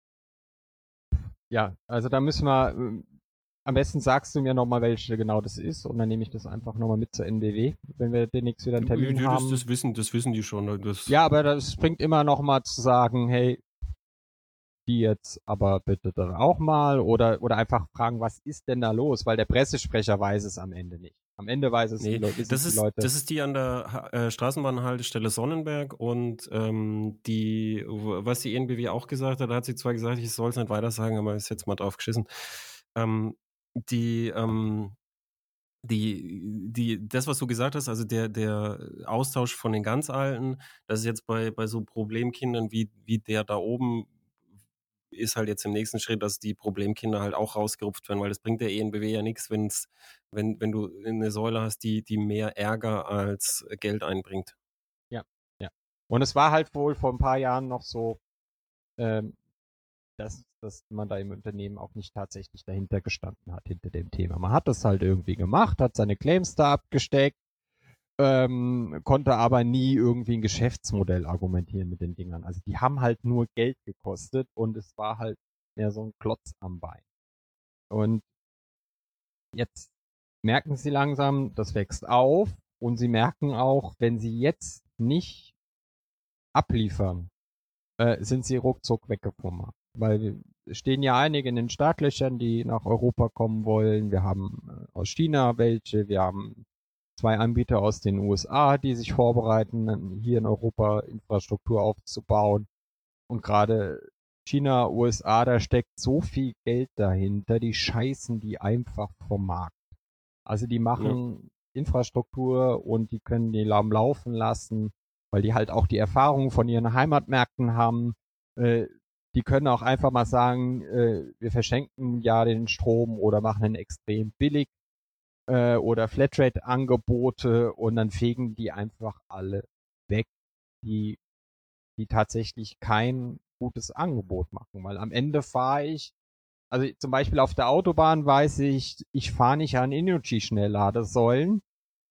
Ja, also da müssen wir, am besten sagst du mir nochmal, welche genau das ist und dann nehme ich das einfach nochmal mit zur NBW, wenn wir demnächst wieder einen Termin haben. Das wissen die schon. Ja, aber das bringt immer nochmal zu sagen, hey, die jetzt aber bitte dann auch mal oder einfach fragen, was ist denn da los? Weil der Pressesprecher weiß es am Ende nicht. Am Ende weiß es die Leute. Das ist die an der Straßenbahnhaltestelle Sonnenberg und was die EnBW auch gesagt hat, da hat sie zwar gesagt, ich soll es nicht weiter sagen, aber ist jetzt mal drauf geschissen. Das, was du gesagt hast, also der Austausch von den ganz Alten, das ist jetzt bei so Problemkindern wie der da oben, ist halt jetzt im nächsten Schritt, dass die Problemkinder halt auch rausgerupft werden, weil das bringt der EnBW ja nichts, wenn du eine Säule hast, die mehr Ärger als Geld einbringt. Ja, ja. Und es war halt wohl vor ein paar Jahren noch so, dass man da im Unternehmen auch nicht tatsächlich dahinter gestanden hat, hinter dem Thema. Man hat das halt irgendwie gemacht, hat seine Claims da abgesteckt, konnte aber nie irgendwie ein Geschäftsmodell argumentieren mit den Dingern. Also die haben halt nur Geld gekostet und es war halt mehr so ein Klotz am Bein. Und jetzt merken sie langsam, das wächst auf und sie merken auch, wenn sie jetzt nicht abliefern, sind sie ruckzuck weg vom Markt. Weil es stehen ja einige in den Startlöchern, die nach Europa kommen wollen. Wir haben aus China welche, wir haben 2 Anbieter aus den USA, die sich vorbereiten, hier in Europa Infrastruktur aufzubauen. Und gerade China, USA, da steckt so viel Geld dahinter, die scheißen die einfach vom Markt. Also die machen Infrastruktur und die können die laufen lassen, weil die halt auch die Erfahrung von ihren Heimatmärkten haben. Die können auch einfach mal sagen, wir verschenken ja den Strom oder machen ihn extrem billig oder Flatrate-Angebote und dann fegen die einfach alle weg, die tatsächlich kein gutes Angebot machen. Weil am Ende fahre ich, also zum Beispiel auf der Autobahn weiß ich, ich fahre nicht an Energy-Schnellladesäulen,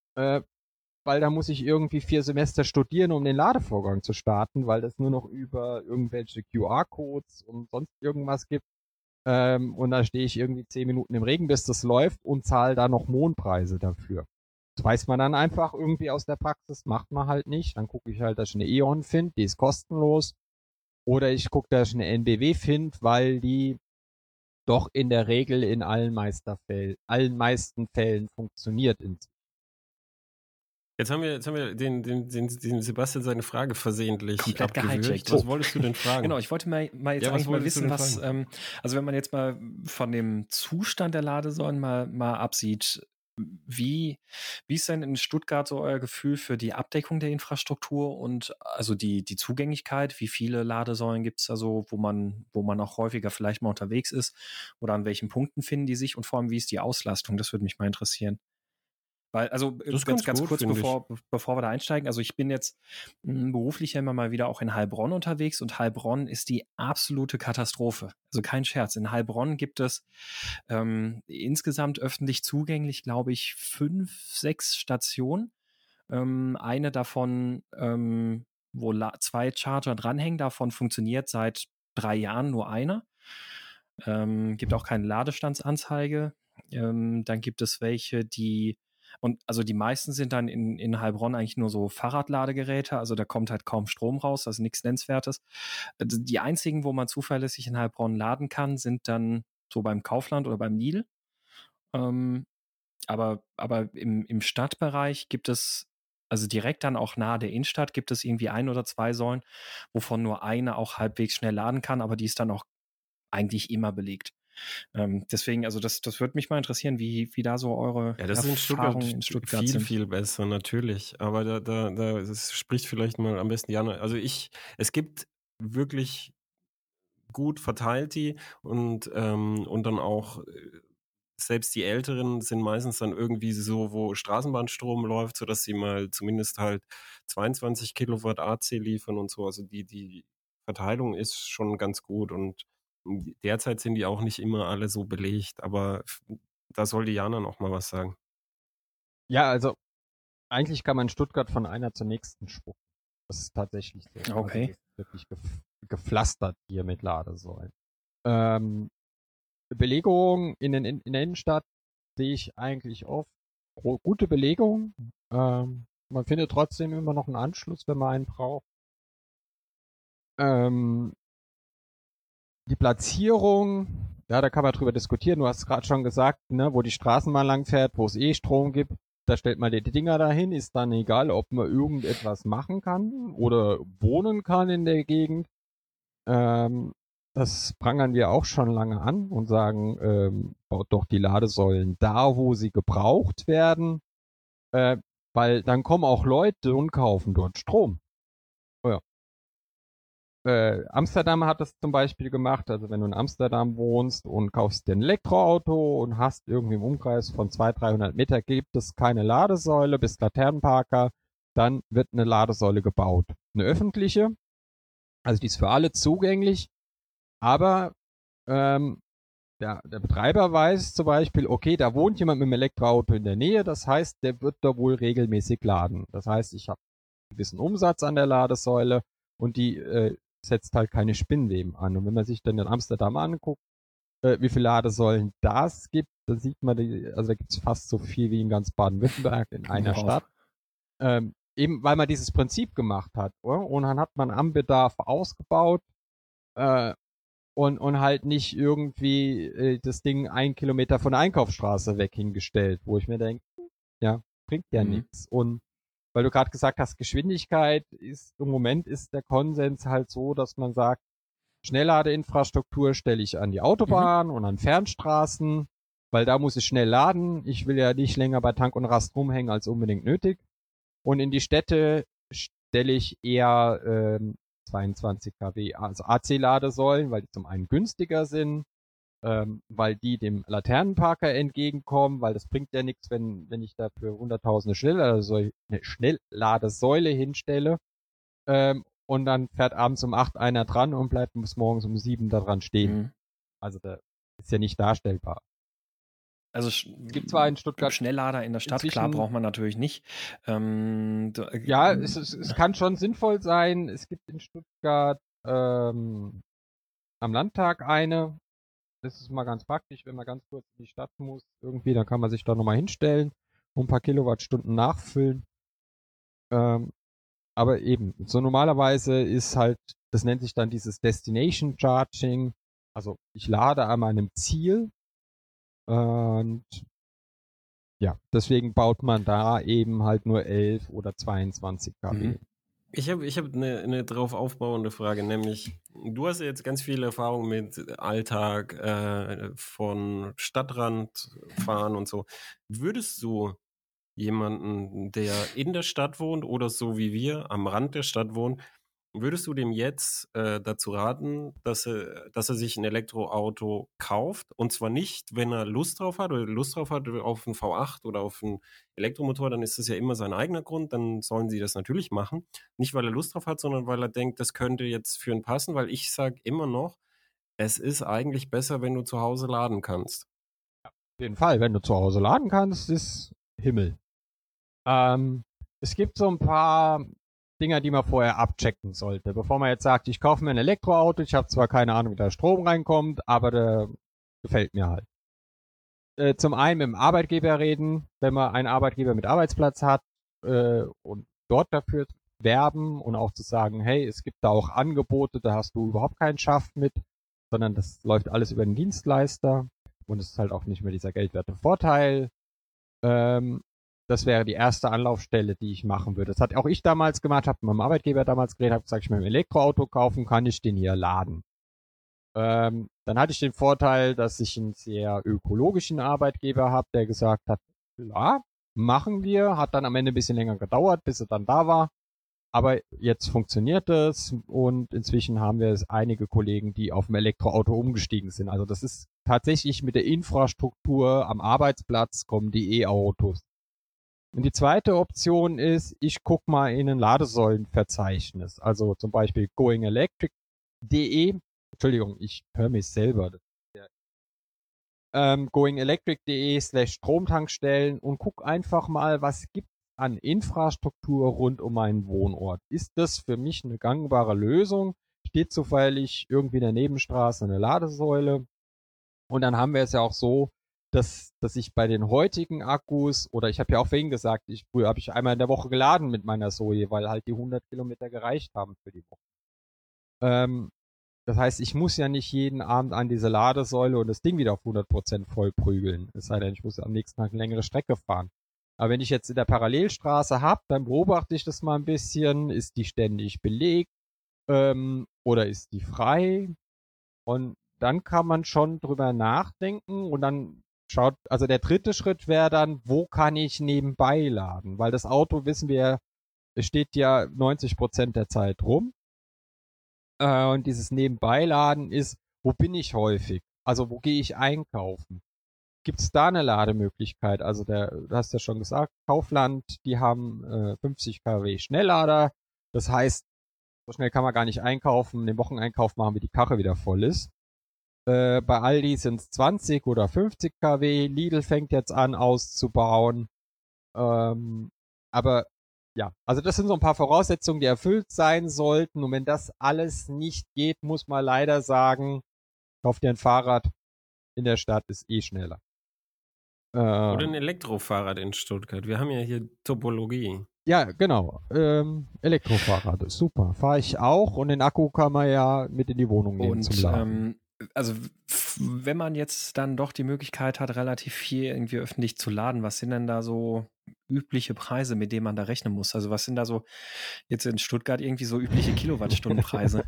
weil da muss ich irgendwie 4 Semester studieren, um den Ladevorgang zu starten, weil das nur noch über irgendwelche QR-Codes und sonst irgendwas gibt. Und da stehe ich irgendwie 10 Minuten im Regen, bis das läuft und zahle da noch Mondpreise dafür. Das weiß man dann einfach irgendwie aus der Praxis, macht man halt nicht. Dann gucke ich halt, dass ich eine E.ON finde, die ist kostenlos. Oder ich gucke, dass ich eine NBW finde, weil die doch in der Regel in allen meisten Fällen funktioniert. Jetzt haben wir den Sebastian seine Frage versehentlich komplett gehijackt. Was wolltest du denn fragen? Genau, ich wollte mal jetzt eigentlich mal wissen, was, also wenn man jetzt mal von dem Zustand der Ladesäulen mal absieht, wie ist denn in Stuttgart so euer Gefühl für die Abdeckung der Infrastruktur und also die Zugänglichkeit? Wie viele Ladesäulen gibt es da so, wo man auch häufiger vielleicht mal unterwegs ist? Oder an welchen Punkten finden die sich? Und vor allem, wie ist die Auslastung? Das würde mich mal interessieren. Weil, also ganz kurz, bevor wir da einsteigen, also ich bin jetzt beruflich ja immer mal wieder auch in Heilbronn unterwegs und Heilbronn ist die absolute Katastrophe. Also kein Scherz. In Heilbronn gibt es insgesamt öffentlich zugänglich, glaube ich, 5, 6 Stationen. Eine davon, wo 2 Charger dranhängen, davon funktioniert seit 3 Jahren nur einer. Gibt auch keine Ladestandsanzeige. Dann gibt es welche, die Und also die meisten sind dann in Heilbronn eigentlich nur so Fahrradladegeräte, also da kommt halt kaum Strom raus, also nichts Nennenswertes. Die einzigen, wo man zuverlässig in Heilbronn laden kann, sind dann so beim Kaufland oder beim Lidl. Aber im Stadtbereich gibt es, also direkt dann auch nahe der Innenstadt, gibt es irgendwie 1 oder 2 Säulen, wovon nur eine auch halbwegs schnell laden kann, aber die ist dann auch eigentlich immer belegt. Deswegen, also das würde mich mal interessieren, wie da so eure das Erfahrungen ist in Stuttgart viel, sind. viel besser, natürlich. Aber das spricht vielleicht mal am besten Jana. Also es gibt wirklich gut verteilt die und dann auch selbst die Älteren sind meistens dann irgendwie so, wo Straßenbahnstrom läuft, sodass sie mal zumindest halt 22 Kilowatt AC liefern und so. Also die Verteilung ist schon ganz gut und derzeit sind die auch nicht immer alle so belegt, aber da soll die Jana noch mal was sagen. Ja, also eigentlich kann man in Stuttgart von einer zur nächsten spucken. Das ist tatsächlich so. Okay. Also das ist wirklich gepflastert hier mit Ladesäulen. Belegung in der Innenstadt sehe ich eigentlich oft. Gute Belegung. Man findet trotzdem immer noch einen Anschluss, wenn man einen braucht. Die Platzierung, ja, da kann man drüber diskutieren. Du hast gerade schon gesagt, ne, wo die Straßenbahn lang fährt, wo es Strom gibt, da stellt man die Dinger dahin, ist dann egal, ob man irgendetwas machen kann oder wohnen kann in der Gegend. Das prangern wir auch schon lange an und sagen, baut doch die Ladesäulen da, wo sie gebraucht werden, weil dann kommen auch Leute und kaufen dort Strom. Oh ja. Amsterdam hat das zum Beispiel gemacht, also wenn du in Amsterdam wohnst und kaufst dir ein Elektroauto und hast irgendwie im Umkreis von 200-300 Meter gibt es keine Ladesäule, bist Laternenparker, dann wird eine Ladesäule gebaut. Eine öffentliche, also die ist für alle zugänglich, aber der Betreiber weiß zum Beispiel, okay, da wohnt jemand mit dem Elektroauto in der Nähe, das heißt, der wird da wohl regelmäßig laden. Das heißt, ich habe einen gewissen Umsatz an der Ladesäule und die setzt halt keine Spinnweben an. Und wenn man sich dann in Amsterdam anguckt, wie viele Ladesäulen das gibt, dann sieht man, also da gibt es fast so viel wie in ganz Baden-Württemberg in einer Stadt. Eben weil man dieses Prinzip gemacht hat. Oder? Und dann hat man am Bedarf ausgebaut und halt nicht irgendwie das Ding 1 Kilometer von der Einkaufsstraße weg hingestellt, wo ich mir denke, ja, bringt ja nichts. Und weil du gerade gesagt hast, Geschwindigkeit ist, im Moment ist der Konsens halt so, dass man sagt, Schnellladeinfrastruktur stelle ich an die Autobahn und an Fernstraßen, weil da muss ich schnell laden. Ich will ja nicht länger bei Tank und Rast rumhängen als unbedingt nötig. Und in die Städte stelle ich eher 22 kW, also AC-Ladesäulen, weil die zum einen günstiger sind, weil die dem Laternenparker entgegenkommen, weil das bringt ja nichts, wenn ich dafür 100.000 Schnellladesäule hinstelle und dann fährt abends um 8 einer dran und bleibt bis morgens um 7 da dran stehen. Also da ist ja nicht darstellbar. Also es gibt zwar in Stuttgart Schnelllader in der Stadt, klar, braucht man natürlich nicht. Ja, es kann schon sinnvoll sein. Es gibt in Stuttgart am Landtag eine. Das ist mal ganz praktisch, wenn man ganz kurz in die Stadt muss. Irgendwie, dann kann man sich da nochmal hinstellen und ein paar Kilowattstunden nachfüllen. Aber eben, so normalerweise ist halt, das nennt sich dann dieses Destination Charging. Also ich lade an meinem Ziel und ja, deswegen baut man da eben halt nur 11 oder 22 kW. Ich hab eine drauf aufbauende Frage, nämlich du hast ja jetzt ganz viel Erfahrung mit Alltag, von Stadtrand fahren und so. Würdest du jemanden, der in der Stadt wohnt oder so wie wir am Rand der Stadt wohnt, würdest du dem jetzt dazu raten, dass er sich ein Elektroauto kauft? Und zwar nicht, wenn er Lust drauf hat oder Lust drauf hat auf einen V8 oder auf einen Elektromotor, dann ist das ja immer sein eigener Grund, dann sollen sie das natürlich machen. Nicht, weil er Lust drauf hat, sondern weil er denkt, das könnte jetzt für ihn passen, weil ich sage immer noch, es ist eigentlich besser, wenn du zu Hause laden kannst. Auf jeden Fall, wenn du zu Hause laden kannst, ist Himmel. Es gibt so ein paar Dinger, die man vorher abchecken sollte, bevor man jetzt sagt, ich kaufe mir ein Elektroauto, ich habe zwar keine Ahnung, wie da Strom reinkommt, aber der gefällt mir halt. zum einen mit dem Arbeitgeber reden, wenn man einen Arbeitgeber mit Arbeitsplatz hat und dort dafür werben und auch zu sagen, hey, es gibt da auch Angebote, da hast du überhaupt keinen Schaft mit, sondern das läuft alles über den Dienstleister und es ist halt auch nicht mehr dieser geldwerte Vorteil. Das wäre die erste Anlaufstelle, die ich machen würde. Das hat auch ich damals gemacht, habe mit meinem Arbeitgeber damals geredet, habe gesagt, ich will ein Elektroauto kaufen, kann ich den hier laden? Dann hatte ich den Vorteil, dass ich einen sehr ökologischen Arbeitgeber habe, der gesagt hat, klar, machen wir, hat dann am Ende ein bisschen länger gedauert, bis er dann da war. Aber jetzt funktioniert es und inzwischen haben wir einige Kollegen, die auf ein Elektroauto umgestiegen sind. Also das ist tatsächlich mit der Infrastruktur am Arbeitsplatz kommen die E-Autos. Und die zweite Option ist, ich gucke mal in ein Ladesäulenverzeichnis. Also zum Beispiel goingelectric.de. Entschuldigung, ich höre mich selber. goingelectric.de/Stromtankstellen und guck einfach mal, was gibt an Infrastruktur rund um meinen Wohnort. Ist das für mich eine gangbare Lösung? Steht zufällig irgendwie in der Nebenstraße eine Ladesäule? Und dann haben wir es ja auch so, dass ich bei den heutigen Akkus, oder ich habe ja auch vorhin gesagt, früher habe ich einmal in der Woche geladen mit meiner Zoe, weil halt die 100 Kilometer gereicht haben für die Woche. Das heißt, ich muss ja nicht jeden Abend an diese Ladesäule und das Ding wieder auf 100% voll prügeln. Es sei denn, ich muss am nächsten Tag eine längere Strecke fahren. Aber wenn ich jetzt in der Parallelstraße habe, dann beobachte ich das mal ein bisschen. Ist die ständig belegt oder ist die frei? Und dann kann man schon drüber nachdenken und dann also der dritte Schritt wäre dann, wo kann ich nebenbei laden? Weil das Auto, wissen wir, es steht ja 90% der Zeit rum. Und dieses Nebenbeiladen ist, wo bin ich häufig? Also wo gehe ich einkaufen? Gibt es da eine Lademöglichkeit? Also du hast ja schon gesagt, Kaufland, die haben 50 kW Schnelllader. Das heißt, so schnell kann man gar nicht einkaufen, den Wocheneinkauf machen, wie die Karre wieder voll ist. Bei Aldi sind es 20 oder 50 kW. Lidl fängt jetzt an auszubauen. Aber ja, also das sind so ein paar Voraussetzungen, die erfüllt sein sollten. Und wenn das alles nicht geht, muss man leider sagen, kauf dir ein Fahrrad. In der Stadt ist eh schneller. Oder ein Elektrofahrrad in Stuttgart. Wir haben ja hier Topologie. Ja, genau. Elektrofahrrad ist super. Fahre ich auch und den Akku kann man ja mit in die Wohnung nehmen zum Laden. Also wenn man jetzt dann doch die Möglichkeit hat, relativ viel irgendwie öffentlich zu laden, was sind denn da so übliche Preise, mit denen man da rechnen muss? Also was sind da so jetzt in Stuttgart irgendwie so übliche Kilowattstundenpreise?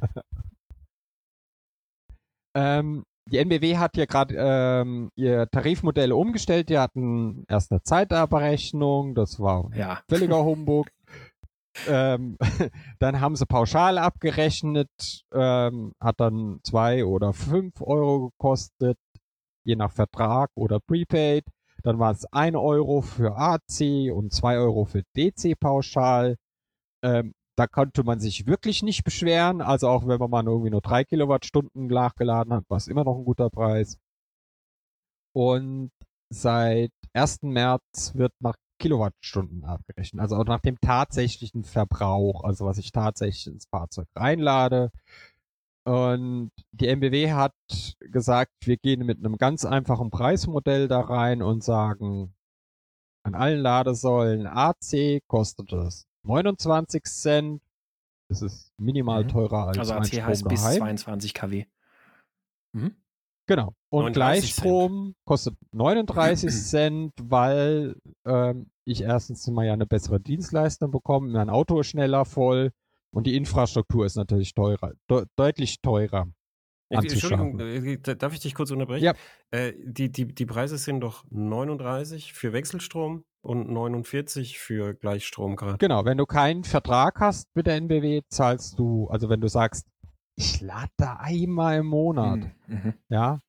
Die NBW hat ja gerade ihr Tarifmodell umgestellt. Die hatten erst eine Zeitabrechnung, das war völliger Humbug. Dann haben sie pauschal abgerechnet, hat dann 2 oder 5 Euro gekostet, je nach Vertrag oder Prepaid. Dann war es 1 Euro für AC und 2 Euro für DC pauschal. Da konnte man sich wirklich nicht beschweren. Also auch wenn man mal irgendwie nur 3 Kilowattstunden nachgeladen hat, war es immer noch ein guter Preis. Und seit 1. März wird nach Kilowattstunden abgerechnet. Also auch nach dem tatsächlichen Verbrauch, also was ich tatsächlich ins Fahrzeug reinlade. Und die NBW hat gesagt, wir gehen mit einem ganz einfachen Preismodell da rein und sagen, an allen Ladesäulen AC kostet es 29 Cent. Das ist minimal teurer als also mein AC Strom heißt daheim. bis 22 kW. Mhm. Genau. Und Gleichstrom kostet 39 Cent, weil ich erstens mal ja eine bessere Dienstleistung bekomme, mein Auto ist schneller voll und die Infrastruktur ist natürlich teurer, deutlich teurer. Entschuldigung, darf ich dich kurz unterbrechen? Ja. Die Preise sind doch 39 für Wechselstrom und 49 für Gleichstrom gerade. Genau, wenn du keinen Vertrag hast mit der NBW, zahlst du, also wenn du sagst, ich lade da einmal im Monat, ja,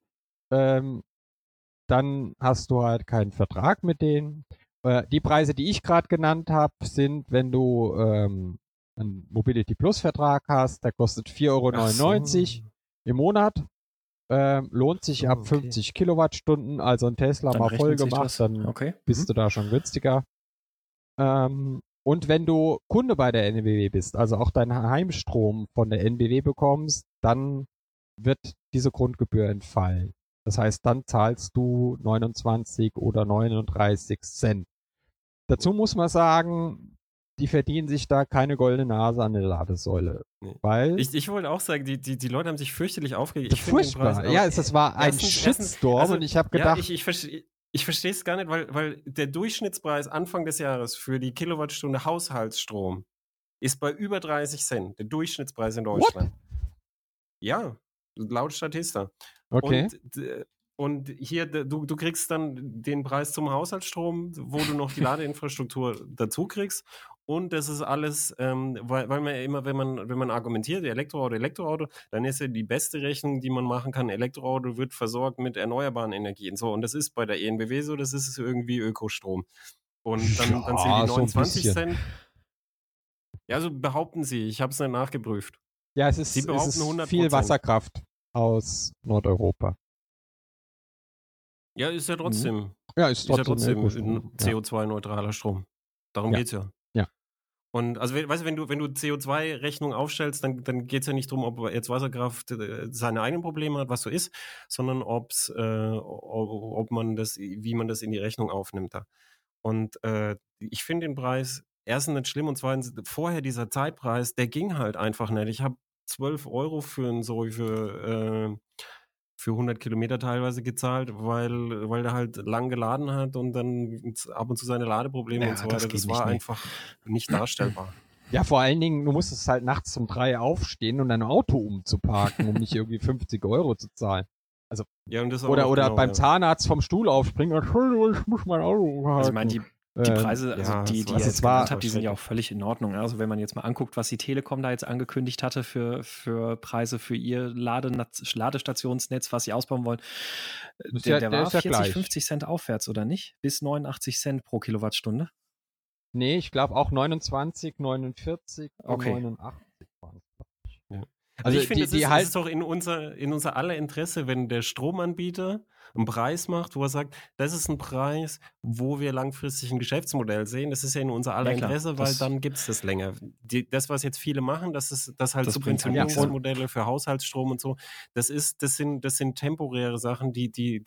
dann hast du halt keinen Vertrag mit denen. Die Preise, die ich gerade genannt habe, sind, wenn du einen Mobility Plus Vertrag hast, der kostet 4,99 Euro im Monat. Lohnt sich ab 50 Kilowattstunden, also ein Tesla dann mal voll gemacht, dann bist du da schon günstiger. Und wenn du Kunde bei der NBW bist, also auch deinen Heimstrom von der NBW bekommst, dann wird diese Grundgebühr entfallen. Das heißt, dann zahlst du 29 oder 39 Cent. Dazu muss man sagen, die verdienen sich da keine goldene Nase an der Ladesäule. Nee. Weil Ich wollte auch sagen, die Leute haben sich fürchterlich aufgeregt. Ich finde den furchtbar. Preis, Ja, es war ein Shitstorm also, und ich habe ja, gedacht, ich verstehe es gar nicht, weil der Durchschnittspreis Anfang des Jahres für die Kilowattstunde Haushaltsstrom ist bei über 30 Cent. Der Durchschnittspreis in Deutschland. Ja, laut Statista. okay. Und hier, du kriegst dann den Preis zum Haushaltsstrom, wo du noch die Ladeinfrastruktur dazu kriegst. Und das ist alles, weil man ja immer, wenn man argumentiert, Elektroauto, dann ist ja die beste Rechnung, die man machen kann, Elektroauto wird versorgt mit erneuerbaren Energien. So, und das ist bei der EnBW so, das ist irgendwie Ökostrom. Und dann sind die so ein 29 bisschen. Cent. Ja, so behaupten sie, ich habe es nicht nachgeprüft. Ja, es Sie ist behaupten 100%. viel Wasserkraft aus Nordeuropa. Ja, ist ja trotzdem. Ja, ist trotzdem ein CO2-neutraler Strom. Darum geht's ja. Ja. Und also, weißt du, wenn du CO2-Rechnung aufstellst, dann geht's ja nicht darum, ob jetzt Wasserkraft seine eigenen Probleme hat, was so ist, sondern ob man das, wie man das in die Rechnung aufnimmt da. Und ich finde den Preis erstens nicht schlimm und zweitens, vorher dieser Zeitpreis, der ging halt einfach nicht. Ich habe 12 Euro für 100 Kilometer teilweise gezahlt, weil der halt lang geladen hat und dann ab und zu seine Ladeprobleme und so weiter. Das war einfach nicht darstellbar. Ja, vor allen Dingen, du musstest halt nachts um 3 aufstehen und dein Auto umzuparken, um nicht irgendwie 50 Euro zu zahlen. Also, ja, und das oder genau, beim Zahnarzt vom Stuhl aufspringen, Entschuldigung, ich muss mein Auto umhalten. Also ich meine, die Preise, die ihr jetzt genannt habt, die sind ja auch völlig in Ordnung. Also wenn man jetzt mal anguckt, was die Telekom da jetzt angekündigt hatte für Preise für ihr Ladestationsnetz, was sie ausbauen wollen, der war 40, 50 Cent aufwärts, oder nicht? Bis 89 Cent pro Kilowattstunde? Nee, ich glaube auch 29, 49 und 89 waren es. Ja. Also ich finde, es ist doch in unser aller Interesse, wenn der Stromanbieter einen Preis macht, wo er sagt, das ist ein Preis, wo wir langfristig ein Geschäftsmodell sehen. Das ist ja in unser aller Interesse, weil dann gibt es das länger. Das, was jetzt viele machen, das halt Subventionierungsmodelle für Haushaltsstrom und so, das sind temporäre Sachen, die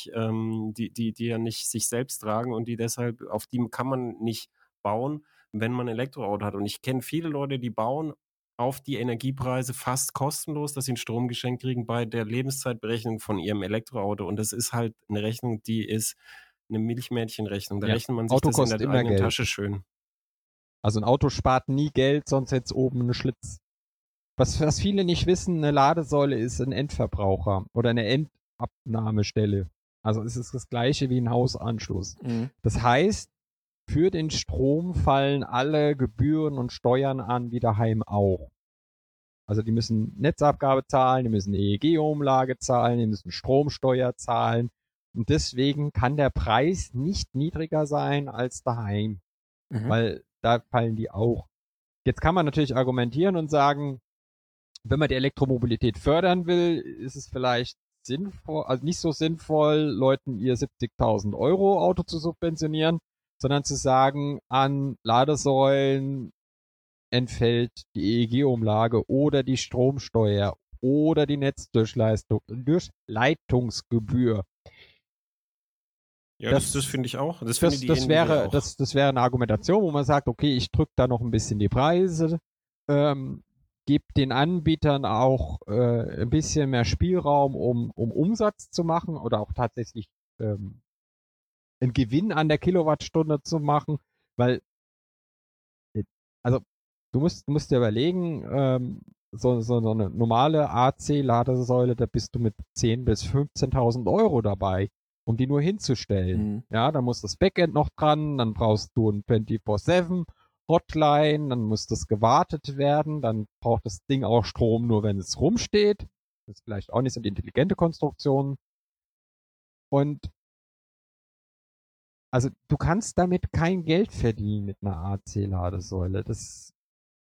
ja nicht sich selbst tragen und die deshalb, auf die kann man nicht bauen, wenn man ein Elektroauto hat. Und ich kenne viele Leute, die bauen auf die Energiepreise fast kostenlos, dass sie einen Strom geschenkt kriegen bei der Lebenszeitberechnung von ihrem Elektroauto. Und das ist halt eine Rechnung, die ist eine Milchmädchenrechnung. Da rechnet man sich Auto das in der eigenen Geld. Tasche schön. Also ein Auto spart nie Geld, sonst hätte es oben einen Schlitz. Was viele nicht wissen, eine Ladesäule ist ein Endverbraucher oder eine Endabnahmestelle. Also es ist das gleiche wie ein Hausanschluss. Mhm. Das heißt, für den Strom fallen alle Gebühren und Steuern an, wie daheim auch. Also die müssen Netzabgabe zahlen, die müssen EEG-Umlage zahlen, die müssen Stromsteuer zahlen. Und deswegen kann der Preis nicht niedriger sein als daheim. Weil da fallen die auch. Jetzt kann man natürlich argumentieren und sagen, wenn man die Elektromobilität fördern will, ist es vielleicht sinnvoll, also nicht so sinnvoll, Leuten ihr 70.000 Euro Auto zu subventionieren, sondern zu sagen, an Ladesäulen entfällt die EEG-Umlage oder die Stromsteuer oder die Durchleitungsgebühr. Ja, das finde ich auch. Das wäre eine Argumentation, wo man sagt, okay, ich drücke da noch ein bisschen die Preise, gebe den Anbietern auch ein bisschen mehr Spielraum, um Umsatz zu machen oder auch tatsächlich einen Gewinn an der Kilowattstunde zu machen, weil also du musst dir überlegen, so eine normale AC-Ladesäule, da bist du mit 10.000 bis 15.000 Euro dabei, um die nur hinzustellen. Ja, dann muss das Backend noch dran, dann brauchst du ein 24/7 Hotline, dann muss das gewartet werden, dann braucht das Ding auch Strom nur, wenn es rumsteht. Das ist vielleicht auch nicht so eine intelligente Konstruktion. Und also du kannst damit kein Geld verdienen mit einer AC-Ladesäule. Das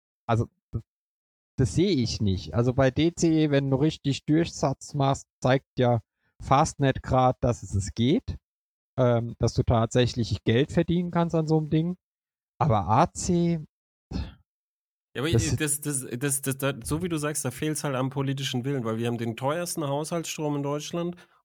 sehe ich nicht. Also bei DC, wenn du richtig Durchsatz machst, zeigt ja Fastnet gerade, dass es geht, dass du tatsächlich Geld verdienen kannst an so einem Ding. Aber AC. Ja, aber so wie du sagst, da fehlt es halt am politischen Willen, weil wir haben den teuersten Haushaltsstrom in Deutschland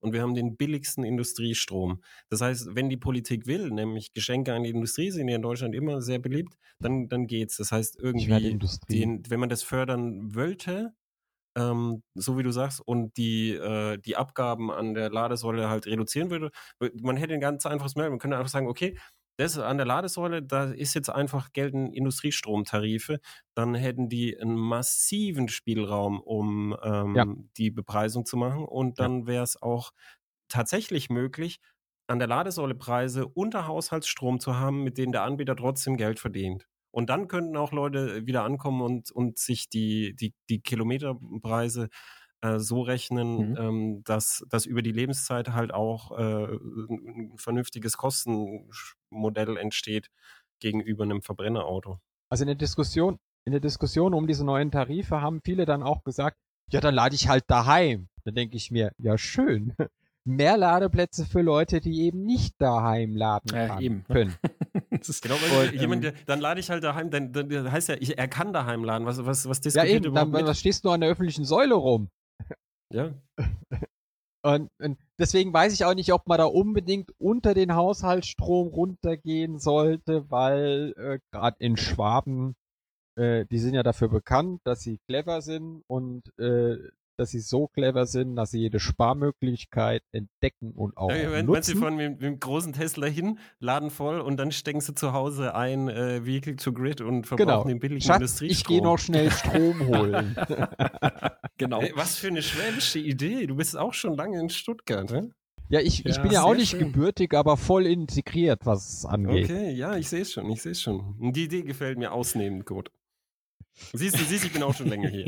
und wir haben den billigsten Industriestrom. Das heißt, wenn die Politik will, nämlich Geschenke an die Industrie sind ja in Deutschland immer sehr beliebt, dann geht's. Das heißt, Ich werde irgendwie, Industrie. wenn man das fördern wollte, so wie du sagst, und die Abgaben an der Ladesäule halt reduzieren würde, man hätte ein ganz einfaches Modell. Man könnte einfach sagen, okay, das an der Ladesäule, da ist jetzt einfach gelten Industriestromtarife, dann hätten die einen massiven Spielraum, um die Bepreisung zu machen, und dann wäre es auch tatsächlich möglich, an der Ladesäule Preise unter Haushaltsstrom zu haben, mit denen der Anbieter trotzdem Geld verdient. Und dann könnten auch Leute wieder ankommen und sich die Kilometerpreise so rechnen, dass über die Lebenszeit halt auch ein vernünftiges Kostenmodell entsteht gegenüber einem Verbrennerauto. Also in der Diskussion um diese neuen Tarife haben viele dann auch gesagt, ja, dann lade ich halt daheim. Da denke ich mir, ja schön. Mehr Ladeplätze für Leute, die eben nicht daheim laden können. Das ist genau, dann lade ich halt daheim, dann heißt ja, er kann daheim laden. Was diskutiert ja, eben, überhaupt dann stehst du an der öffentlichen Säule rum. Ja. Und deswegen weiß ich auch nicht, ob man da unbedingt unter den Haushaltsstrom runtergehen sollte, weil gerade in Schwaben, die sind ja dafür bekannt, dass sie clever sind und dass sie so clever sind, dass sie jede Sparmöglichkeit entdecken und auch nutzen. Meinst du von mit dem großen Tesla hin, laden voll und dann stecken sie zu Hause ein Vehicle to Grid und verbrauchen den billigen Industriestrom. Ich gehe noch schnell Strom holen. Genau. Was für eine schwäbische Idee. Du bist auch schon lange in Stuttgart, ne? Ja, ich bin ja auch nicht gebürtig, aber voll integriert, was es angeht. Okay, ja, ich sehe es schon. Die Idee gefällt mir ausnehmend gut. Siehst du, ich bin auch schon länger hier.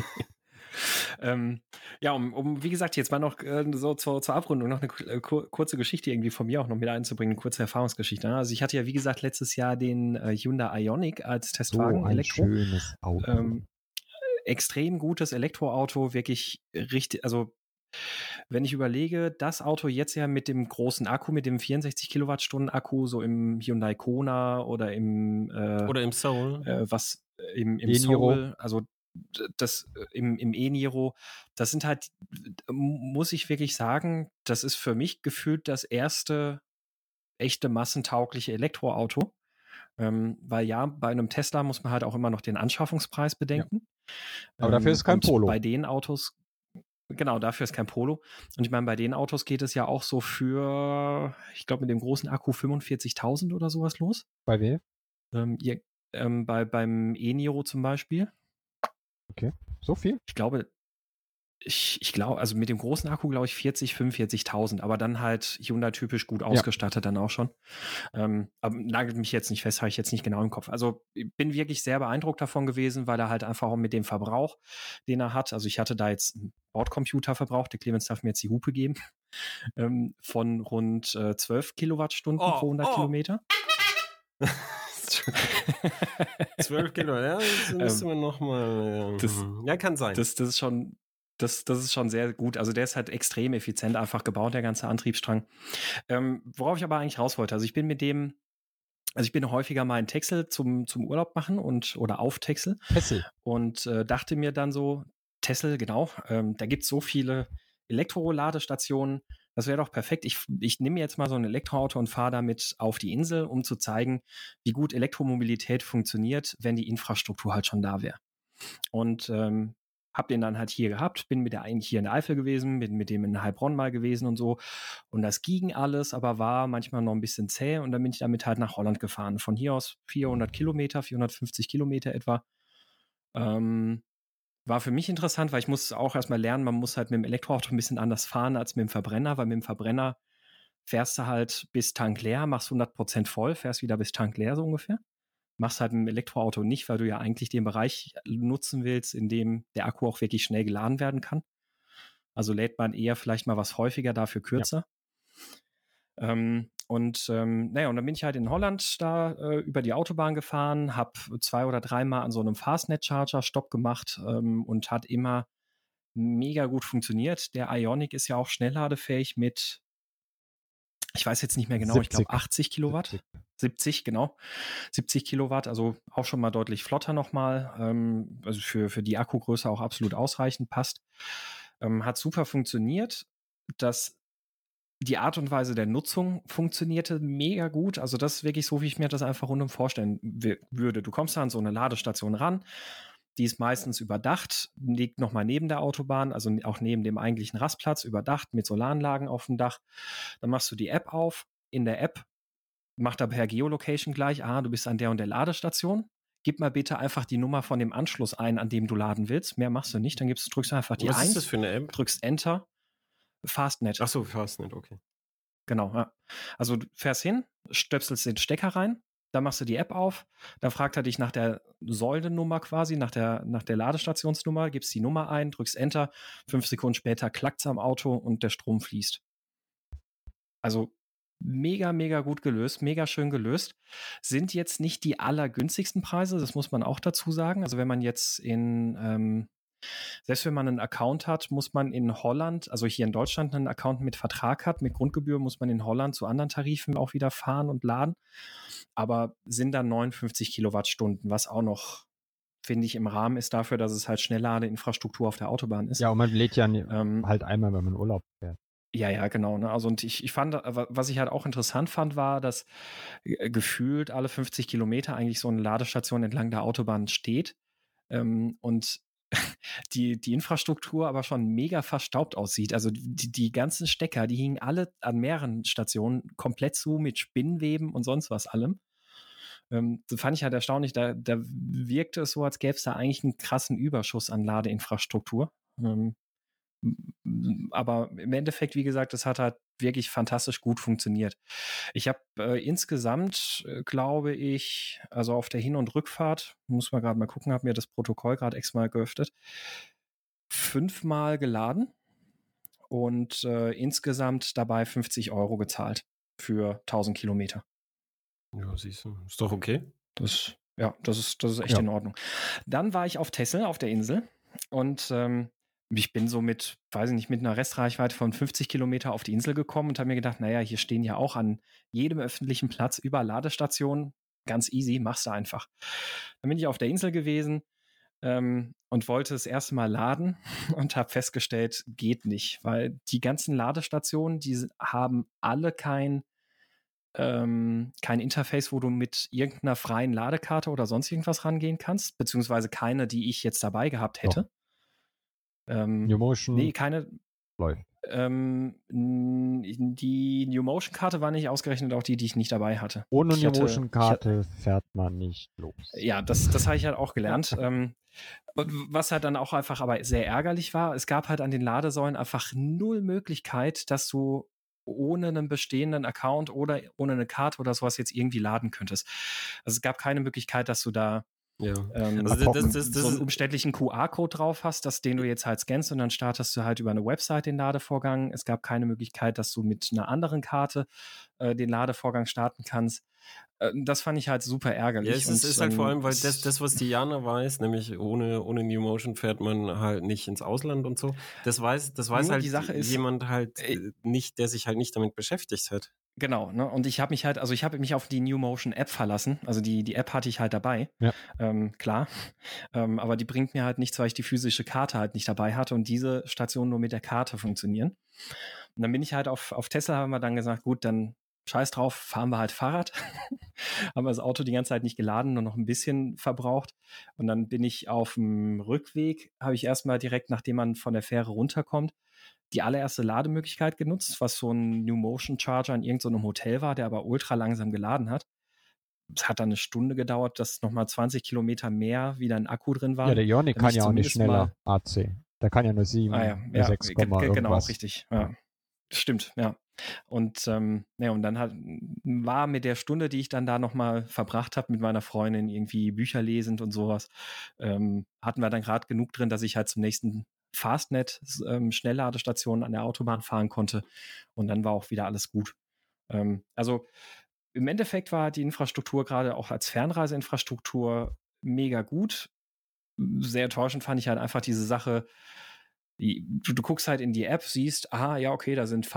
Wie gesagt, jetzt mal noch so zur Abrundung noch eine kurze Geschichte irgendwie von mir auch noch mit einzubringen, eine kurze Erfahrungsgeschichte. Also ich hatte ja, wie gesagt, letztes Jahr den Hyundai Ioniq als Testwagen. So ein Elektro. Schönes Auto. Extrem gutes Elektroauto, wirklich richtig, also wenn ich überlege, das Auto jetzt ja mit dem großen Akku, mit dem 64 Kilowattstunden Akku, so im Hyundai Kona oder im Soul. Im Soul, also das im E-Niro, das sind halt, muss ich wirklich sagen, das ist für mich gefühlt das erste echte massentaugliche Elektroauto. Weil ja, bei einem Tesla muss man halt auch immer noch den Anschaffungspreis bedenken. Aber dafür ist kein Polo. Bei den Autos, genau, dafür ist kein Polo. Und ich meine, bei den Autos geht es ja auch so für, ich glaube, mit dem großen Akku 45.000 oder sowas los. Bei wem? Beim E-Niro zum Beispiel. Okay, so viel? Ich glaube, also mit dem großen Akku, glaube ich, 45.000, aber dann halt Hyundai-typisch gut ausgestattet dann auch schon. Aber nagelt mich jetzt nicht fest, habe ich jetzt nicht genau im Kopf. Also ich bin wirklich sehr beeindruckt davon gewesen, weil er halt einfach auch mit dem Verbrauch, den er hat, also ich hatte da jetzt einen Bordcomputerverbrauch, der Clemens darf mir jetzt die Hupe geben, von rund 12 Kilowattstunden pro 100 Kilometer. 12 Kilo, ja, das müssen wir nochmal. Ja, kann sein. Das ist schon. Das ist schon sehr gut. Also der ist halt extrem effizient einfach gebaut, der ganze Antriebsstrang. Worauf ich aber eigentlich raus wollte, also ich bin häufiger mal in Texel zum Urlaub machen oder auf Texel. Und dachte mir dann so, Texel, genau, da gibt es so viele Elektroladestationen, das wäre doch perfekt. Ich nehme jetzt mal so ein Elektroauto und fahre damit auf die Insel, um zu zeigen, wie gut Elektromobilität funktioniert, wenn die Infrastruktur halt schon da wäre. Und hab den dann halt hier gehabt, bin mit der eigentlich hier in der Eifel gewesen, bin mit dem in Heilbronn mal gewesen und so. Und das ging alles, aber war manchmal noch ein bisschen zäh. Und dann bin ich damit halt nach Holland gefahren. Von hier aus 450 Kilometer etwa. War für mich interessant, weil ich muss auch erstmal lernen, man muss halt mit dem Elektroauto ein bisschen anders fahren als mit dem Verbrenner, weil mit dem Verbrenner fährst du halt bis Tank leer, machst 100% voll, fährst wieder bis Tank leer so ungefähr. Machst halt ein Elektroauto nicht, weil du ja eigentlich den Bereich nutzen willst, in dem der Akku auch wirklich schnell geladen werden kann. Also lädt man eher vielleicht mal was häufiger, dafür kürzer. Ja. Und dann bin ich halt in Holland da über die Autobahn gefahren, habe 2 oder 3 Mal an so einem Fastnet-Charger Stopp gemacht und hat immer mega gut funktioniert. Der Ioniq ist ja auch schnellladefähig mit, ich weiß jetzt nicht mehr genau, 70. Ich glaube 80 Kilowatt. 70, genau. 70 Kilowatt, also auch schon mal deutlich flotter nochmal. Also für die Akkugröße auch absolut ausreichend, passt. Hat super funktioniert. Das die Art und Weise der Nutzung funktionierte mega gut. Also das ist wirklich so, wie ich mir das einfach rundum vorstellen würde. Du kommst da an so eine Ladestation ran, die ist meistens überdacht, liegt nochmal neben der Autobahn, also auch neben dem eigentlichen Rastplatz, überdacht mit Solaranlagen auf dem Dach. Dann machst du die App auf. In der App macht er per Geolocation gleich, du bist an der und der Ladestation. Gib mal bitte einfach die Nummer von dem Anschluss ein, an dem du laden willst. Mehr machst du nicht. Dann drückst du einfach die 1. Was ist das für eine App? Drückst Enter. Fastnet. Ach so, Fastnet, okay. Genau, ja. Also du fährst hin, stöpselst den Stecker rein, dann machst du die App auf, dann fragt er dich nach der Säulennummer quasi, nach der Ladestationsnummer, gibst die Nummer ein, drückst Enter, 5 Sekunden später klackt's am Auto und der Strom fließt. Also mega, mega gut gelöst, mega schön gelöst. Sind jetzt nicht die allergünstigsten Preise, das muss man auch dazu sagen. Also wenn man jetzt selbst wenn man einen Account hat, muss man in Holland, also hier in Deutschland einen Account mit Vertrag hat, mit Grundgebühr, muss man in Holland zu anderen Tarifen auch wieder fahren und laden. Aber sind dann 59 Kilowattstunden, was auch noch, finde ich, im Rahmen ist dafür, dass es halt Schnellladeinfrastruktur auf der Autobahn ist. Ja, und man lädt ja halt einmal, wenn man Urlaub fährt. Ja, genau. Ne? Also und ich fand, was ich halt auch interessant fand, war, dass gefühlt alle 50 Kilometer eigentlich so eine Ladestation entlang der Autobahn steht. Und die Infrastruktur aber schon mega verstaubt aussieht. Also die ganzen Stecker, die hingen alle an mehreren Stationen komplett zu mit Spinnweben und sonst was allem. Das fand ich halt erstaunlich. Da wirkte es so, als gäbe es da eigentlich einen krassen Überschuss an Ladeinfrastruktur. Aber im Endeffekt, wie gesagt, das hat halt wirklich fantastisch gut funktioniert. Ich habe insgesamt, glaube ich, also auf der Hin- und Rückfahrt, muss man gerade mal gucken, habe mir das Protokoll gerade extra mal geöffnet, 5-mal geladen und insgesamt dabei 50 € gezahlt für 1000 Kilometer. Ja, siehst du, ist doch okay. Das ist echt in Ordnung. Dann war ich auf Texel, auf der Insel, und ich bin so mit einer Restreichweite von 50 Kilometer auf die Insel gekommen und habe mir gedacht, naja, hier stehen ja auch an jedem öffentlichen Platz überall Ladestationen. Ganz easy, machst du einfach. Dann bin ich auf der Insel gewesen und wollte das erste Mal laden und habe festgestellt, geht nicht, weil die ganzen Ladestationen, die haben alle kein Interface, wo du mit irgendeiner freien Ladekarte oder sonst irgendwas rangehen kannst, beziehungsweise keine, die ich jetzt dabei gehabt hätte. NewMotion. Nee, keine. Läuft. Die NewMotion-Karte war nicht ausgerechnet auch die ich nicht dabei hatte. Ohne NewMotion-Karte fährt man nicht los. Ja, das habe ich halt auch gelernt. Was halt dann auch einfach aber sehr ärgerlich war, es gab halt an den Ladesäulen einfach null Möglichkeit, dass du ohne einen bestehenden Account oder ohne eine Karte oder sowas jetzt irgendwie laden könntest. Also es gab keine Möglichkeit, dass du da so einen umständlichen QR-Code drauf hast, den du jetzt halt scannst und dann startest du halt über eine Website den Ladevorgang. Es gab keine Möglichkeit, dass du mit einer anderen Karte den Ladevorgang starten kannst. Das fand ich halt super ärgerlich. Ja, es ist halt vor allem, weil das, was die Jana weiß, nämlich ohne NewMotion fährt man halt nicht ins Ausland und so. Das weiß halt die Sache ist, jemand halt nicht, der sich halt nicht damit beschäftigt hat. Genau, ne? Und ich habe mich auf die NewMotion-App verlassen. Also die App hatte ich halt dabei. Ja. Klar. Aber die bringt mir halt nichts, weil ich die physische Karte halt nicht dabei hatte und diese Stationen nur mit der Karte funktionieren. Und dann bin ich halt auf Tesla, haben wir dann gesagt, gut, dann scheiß drauf, fahren wir halt Fahrrad. Haben wir das Auto die ganze Zeit nicht geladen, nur noch ein bisschen verbraucht. Und dann bin ich auf dem Rückweg, habe ich erstmal direkt, nachdem man von der Fähre runterkommt, die allererste Lademöglichkeit genutzt, was so ein NewMotion Charger in irgendeinem Hotel war, der aber ultra langsam geladen hat. Es hat dann eine Stunde gedauert, dass nochmal 20 Kilometer mehr wieder ein Akku drin war. Ja, der Ioniq kann ja auch nicht schneller AC. Der kann ja nur 7, 6, genau, irgendwas. Richtig. Ja. Stimmt, ja. Und und dann war mit der Stunde, die ich dann da nochmal verbracht habe mit meiner Freundin, irgendwie Bücher lesend und sowas, hatten wir dann gerade genug drin, dass ich halt zum nächsten Fastnet Schnellladestation an der Autobahn fahren konnte und dann war auch wieder alles gut. Also im Endeffekt war die Infrastruktur gerade auch als Fernreiseinfrastruktur mega gut. Sehr enttäuschend fand ich halt einfach diese Sache. Du guckst halt in die App, siehst, ja, okay, da sind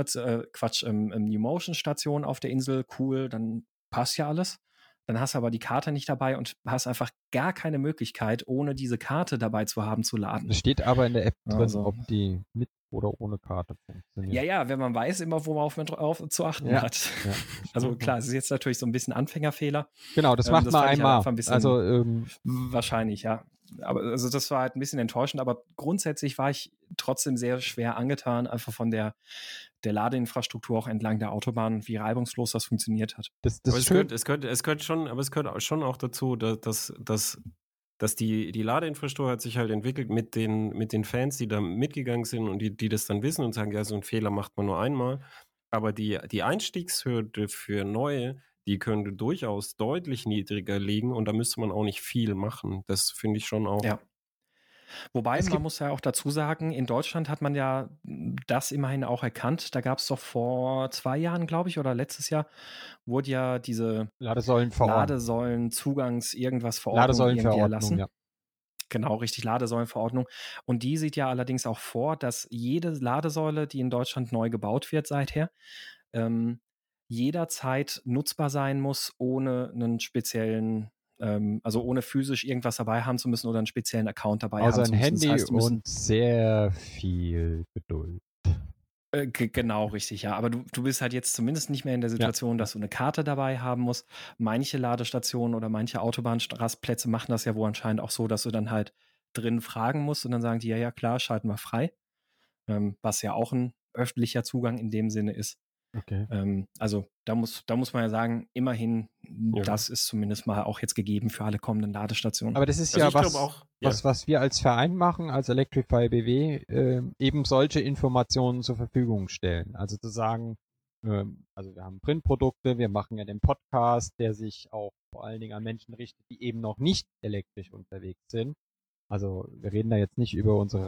NewMotion-Stationen auf der Insel, cool, dann passt ja alles. Dann hast du aber die Karte nicht dabei und hast einfach gar keine Möglichkeit, ohne diese Karte dabei zu haben, zu laden. Es steht aber in der App drin, Also, ob die mit oder ohne Karte funktioniert. Ja, wenn man weiß immer, worauf man drauf zu achten hat. Ja, also klar, es ist jetzt natürlich so ein bisschen Anfängerfehler. Genau, das macht man fand ich halt einmal. einfach ein bisschen Also wahrscheinlich, ja. Aber also das war halt ein bisschen enttäuschend, aber grundsätzlich war ich trotzdem sehr schwer angetan, einfach von der Ladeinfrastruktur auch entlang der Autobahn, wie reibungslos das funktioniert hat. das Aber ist schön. es gehört schon auch dazu, dass die Ladeinfrastruktur hat sich halt entwickelt mit den Fans, die da mitgegangen sind und die das dann wissen und sagen, ja, so einen Fehler macht man nur einmal. Aber die Einstiegshürde für Neue, die könnte durchaus deutlich niedriger liegen und da müsste man auch nicht viel machen. Das finde ich schon auch. Ja. Wobei, man muss ja auch dazu sagen, in Deutschland hat man ja das immerhin auch erkannt. Da gab es doch vor 2 Jahren, glaube ich, oder letztes Jahr, wurde ja diese Ladesäulen-Zugangs irgendwas Verordnung irgendwie erlassen. Ja. Genau, richtig, Ladesäulenverordnung. Und die sieht ja allerdings auch vor, dass jede Ladesäule, die in Deutschland neu gebaut wird seither, jederzeit nutzbar sein muss, ohne einen speziellen, also ohne physisch irgendwas dabei haben zu müssen oder einen speziellen Account dabei haben zu müssen. Außer ein Handy das heißt, und sehr viel Geduld. Genau, richtig, ja. Aber du bist halt jetzt zumindest nicht mehr in der Situation, dass du eine Karte dabei haben musst. Manche Ladestationen oder manche Autobahnrastplätze machen das ja wohl anscheinend auch so, dass du dann halt drin fragen musst und dann sagen die, ja klar, schalten wir frei. Was ja auch ein öffentlicher Zugang in dem Sinne ist. Okay. Also da muss man ja sagen, immerhin, das ist zumindest mal auch jetzt gegeben für alle kommenden Ladestationen. Aber das ist Also ja was wir als Verein machen, als Electrify BW, eben solche Informationen zur Verfügung stellen. Also zu sagen, also wir haben Printprodukte, wir machen ja den Podcast, der sich auch vor allen Dingen an Menschen richtet, die eben noch nicht elektrisch unterwegs sind. Also wir reden da jetzt nicht über unsere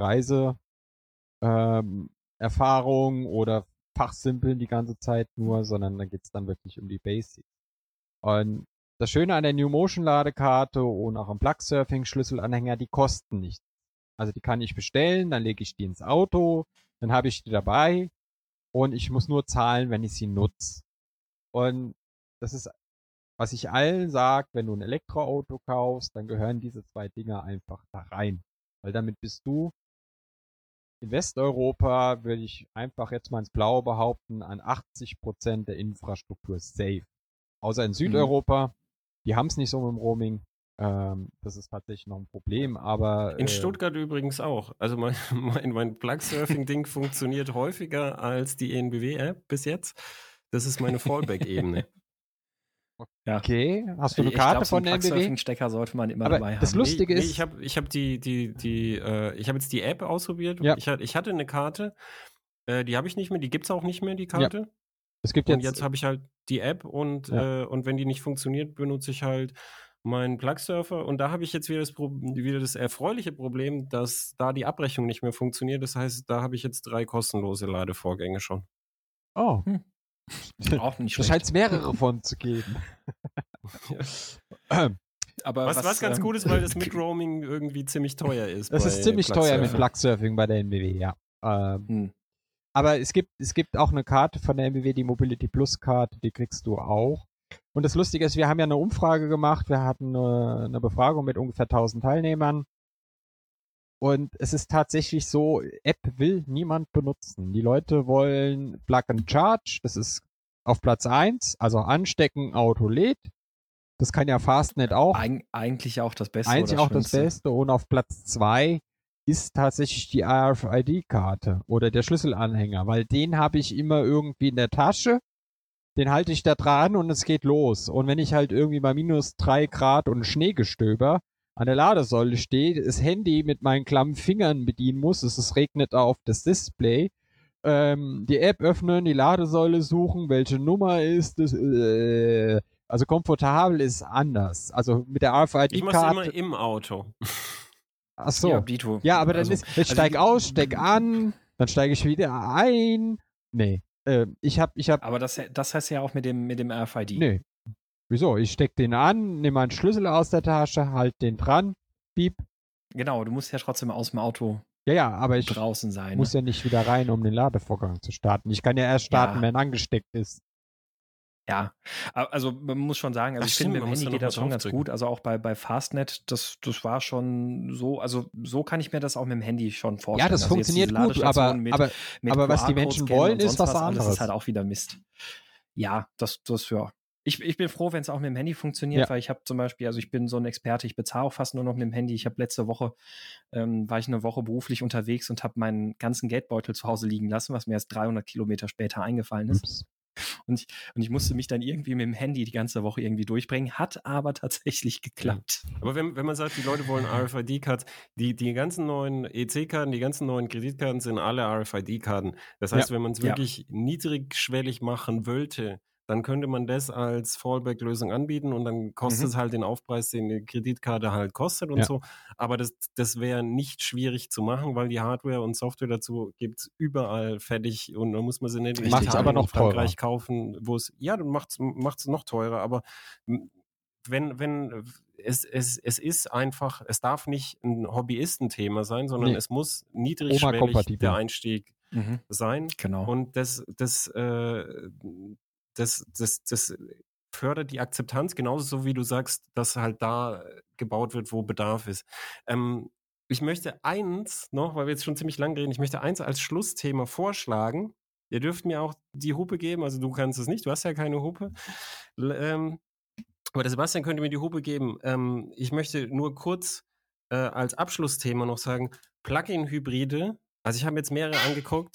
Erfahrung oder Fachsimpeln die ganze Zeit nur, sondern da geht's dann wirklich um die Basics. Und das Schöne an der New Motion Ladekarte und auch am Plug-Surfing Schlüsselanhänger, die kosten nichts. Also die kann ich bestellen, dann lege ich die ins Auto, dann habe ich die dabei und ich muss nur zahlen, wenn ich sie nutze. Und das ist, was ich allen sage, wenn du ein Elektroauto kaufst, dann gehören diese 2 Dinger einfach da rein. Weil damit bist du in Westeuropa, würde ich einfach jetzt mal ins Blaue behaupten, an 80% der Infrastruktur safe. Außer in Südeuropa, die haben es nicht so mit dem Roaming. Das ist tatsächlich noch ein Problem, aber... In Stuttgart übrigens auch. Also mein Plug-Surfing-Ding funktioniert häufiger als die ENBW-App bis jetzt. Das ist meine Fallback-Ebene. Okay, hast du eine Karte von der ENBW? Plug-Surfing-Stecker sollte man immer dabei haben. Das Lustige ist... ich habe jetzt die App ausprobiert. Ja. Ich hatte eine Karte, die habe ich nicht mehr, die gibt es auch nicht mehr, die Karte. Ja. Es gibt und jetzt habe ich halt die App und wenn die nicht funktioniert, benutze ich halt meinen Plug-Surfer und da habe ich jetzt wieder das erfreuliche Problem, dass da die Abrechnung nicht mehr funktioniert. Das heißt, da habe ich jetzt 3 kostenlose Ladevorgänge schon. Oh. Auch nicht schlecht. Da scheint es mehrere von zu geben. Aber was ganz gut ist, weil das mit Roaming irgendwie ziemlich teuer ist. Das ist ziemlich teuer mit Plug-Surfing bei der NBW, ja. Aber es gibt auch eine Karte von der NBW, die Mobility Plus Karte, die kriegst du auch. Und das Lustige ist, wir haben ja eine Umfrage gemacht, wir hatten eine Befragung mit ungefähr 1000 Teilnehmern. Und es ist tatsächlich so, App will niemand benutzen. Die Leute wollen Plug and Charge, das ist auf Platz 1, also anstecken, Auto lädt. Das kann ja Fastnet auch. Eigentlich auch das Beste. Eigentlich auch das Beste. Und auf Platz 2 ist tatsächlich die RFID-Karte oder der Schlüsselanhänger, weil den habe ich immer irgendwie in der Tasche. Den halte ich da dran und es geht los. Und wenn ich halt irgendwie bei minus 3 Grad und Schneegestöber an der Ladesäule stehe, das Handy mit meinen klammen Fingern bedienen muss, es regnet auf das Display, die App öffnen, die Ladesäule suchen, welche Nummer ist es, also komfortabel ist anders. Also mit der RFID-Karte. Ich mache immer im Auto. Ach so. Ja, aber dann ich steig aus, steig an, dann steige ich wieder ein. Nee. Ich hab. Aber das heißt ja auch mit dem RFID. Nee. Wieso? Ich steck den an, nehme meinen Schlüssel aus der Tasche, halt den dran, piep. Genau, du musst ja trotzdem aus dem Auto aber ich draußen sein. Muss ja nicht wieder rein, um den Ladevorgang zu starten. Ich kann ja erst starten, wenn angesteckt ist. Ja, also man muss schon sagen, also Das ich finde, stimmt, mit dem man muss Handy da geht noch das mal schon ganz draufdrücken. gut. Also auch bei Fastnet, das war schon so, also so kann ich mir das auch mit dem Handy schon vorstellen. Ja, das also jetzt funktioniert diese gut, Ladestationen aber mit was die Menschen QR-Code-Scannen wollen, und ist sonst was was, alles ist anderes. halt auch wieder Mist. Ja, das ja. Ich bin froh, wenn es auch mit dem Handy funktioniert, Ja. weil ich habe zum Beispiel, also ich bin so ein Experte, ich bezahle auch fast nur noch mit dem Handy. Ich habe letzte Woche, war ich eine Woche beruflich unterwegs und habe meinen ganzen Geldbeutel zu Hause liegen lassen, was mir erst 300 Kilometer später eingefallen ist. Ups. Und ich musste mich dann irgendwie mit dem Handy die ganze Woche irgendwie durchbringen, hat aber tatsächlich geklappt. Aber wenn man sagt, die Leute wollen RFID-Cards, die ganzen neuen EC-Karten, die ganzen neuen Kreditkarten sind alle RFID-Karten. Das heißt, wenn man es wirklich niedrigschwellig machen wollte, dann könnte man das als Fallback-Lösung anbieten und dann kostet es halt den Aufpreis, den die Kreditkarte halt kostet und so. Aber das wäre nicht schwierig zu machen, weil die Hardware und Software dazu gibt es überall fertig und dann muss man sie nicht in Macht's aber noch Frankreich teurer. kaufen, wo es, ja, dann macht's noch teurer, aber wenn es ist einfach, es darf nicht ein Hobbyistenthema sein, sondern es muss niedrigschwellig Oma-kompatibel. der Einstieg sein. Genau. Und das fördert die Akzeptanz, genauso so wie du sagst, dass halt da gebaut wird, wo Bedarf ist. Ich möchte eins noch, weil wir jetzt schon ziemlich lang reden, ich möchte eins als Schlussthema vorschlagen. Ihr dürft mir auch die Hupe geben, also du kannst es nicht, du hast ja keine Hupe. Aber der Sebastian könnte mir die Hupe geben. Ich möchte nur kurz als Abschlussthema noch sagen, Plug-in-Hybride, also ich habe jetzt mehrere angeguckt.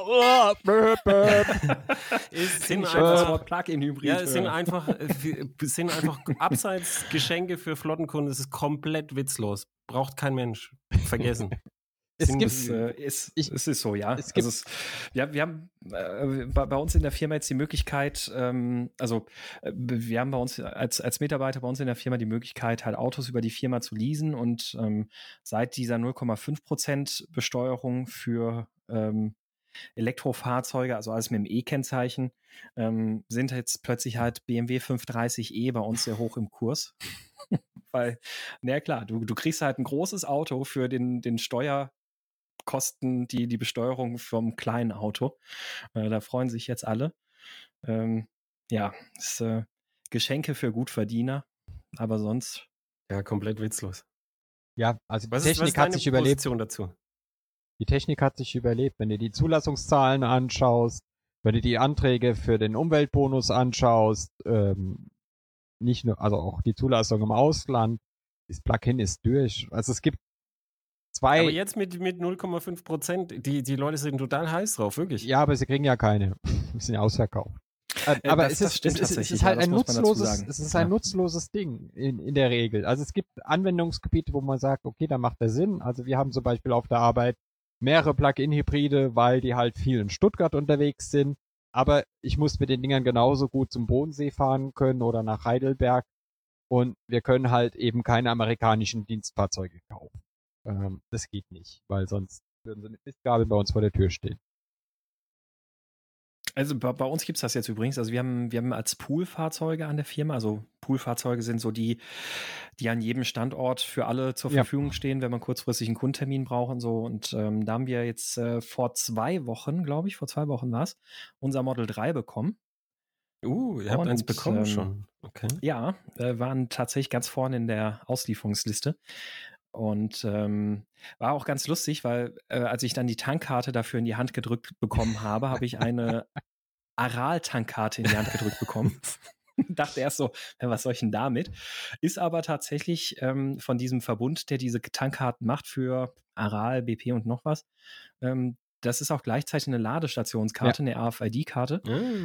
Sind einfach Plug-in-Hybrid. Ja, es sind einfach Abseitsgeschenke für Flottenkunden. Es ist komplett witzlos. Braucht kein Mensch. Vergessen. Es gibt, es ist so, ja. Es gibt, also wir haben bei uns in der Firma jetzt die Möglichkeit, wir haben bei uns als Mitarbeiter bei uns in der Firma die Möglichkeit, halt Autos über die Firma zu leasen und seit dieser 0,5% Besteuerung für Elektrofahrzeuge, also alles mit dem E-Kennzeichen, sind jetzt plötzlich halt BMW 530e bei uns sehr hoch im Kurs. Weil, na klar, du kriegst halt ein großes Auto für den Steuerkosten, die Besteuerung vom kleinen Auto. Da freuen sich jetzt alle. Das Geschenke für Gutverdiener, aber sonst. Ja, komplett witzlos. Ja, also die Was Technik hat sich überlebt. Position dazu? Die Technik hat sich überlebt. Wenn du die Zulassungszahlen anschaust, wenn du die Anträge für den Umweltbonus anschaust, nicht nur, also auch die Zulassung im Ausland, das Plugin ist durch. Also es gibt zwei. Aber jetzt mit 0,5%, die Leute sind total heiß drauf, wirklich. Ja, aber sie kriegen ja keine. Die sind ja ausverkauft. Aber es ist halt ein nutzloses Ding in der Regel. Also es gibt Anwendungsgebiete, wo man sagt, okay, da macht der Sinn. Also wir haben zum Beispiel auf der Arbeit mehrere Plug-in-Hybride, weil die halt viel in Stuttgart unterwegs sind. Aber ich muss mit den Dingern genauso gut zum Bodensee fahren können oder nach Heidelberg. Und wir können halt eben keine amerikanischen Dienstfahrzeuge kaufen. Das geht nicht, weil sonst würden sie mit Mistgabeln bei uns vor der Tür stehen. Also bei uns gibt es das jetzt übrigens. Also wir haben als Poolfahrzeuge an der Firma, also Poolfahrzeuge sind so die an jedem Standort für alle zur Verfügung stehen, wenn man kurzfristig einen Kundentermin braucht und so. Und da haben wir jetzt vor 2 Wochen, glaube ich, war es, unser Model 3 bekommen. Ihr habt eins bekommen schon. Okay. Ja, waren tatsächlich ganz vorne in der Auslieferungsliste. Und war auch ganz lustig, weil als ich dann die Tankkarte dafür in die Hand gedrückt bekommen habe, habe ich eine Aral-Tankkarte in die Hand gedrückt bekommen. Dachte erst so, was soll ich denn damit? Ist aber tatsächlich von diesem Verbund, der diese Tankkarten macht für Aral, BP und noch was, das ist auch gleichzeitig eine Ladestationskarte, eine RFID-Karte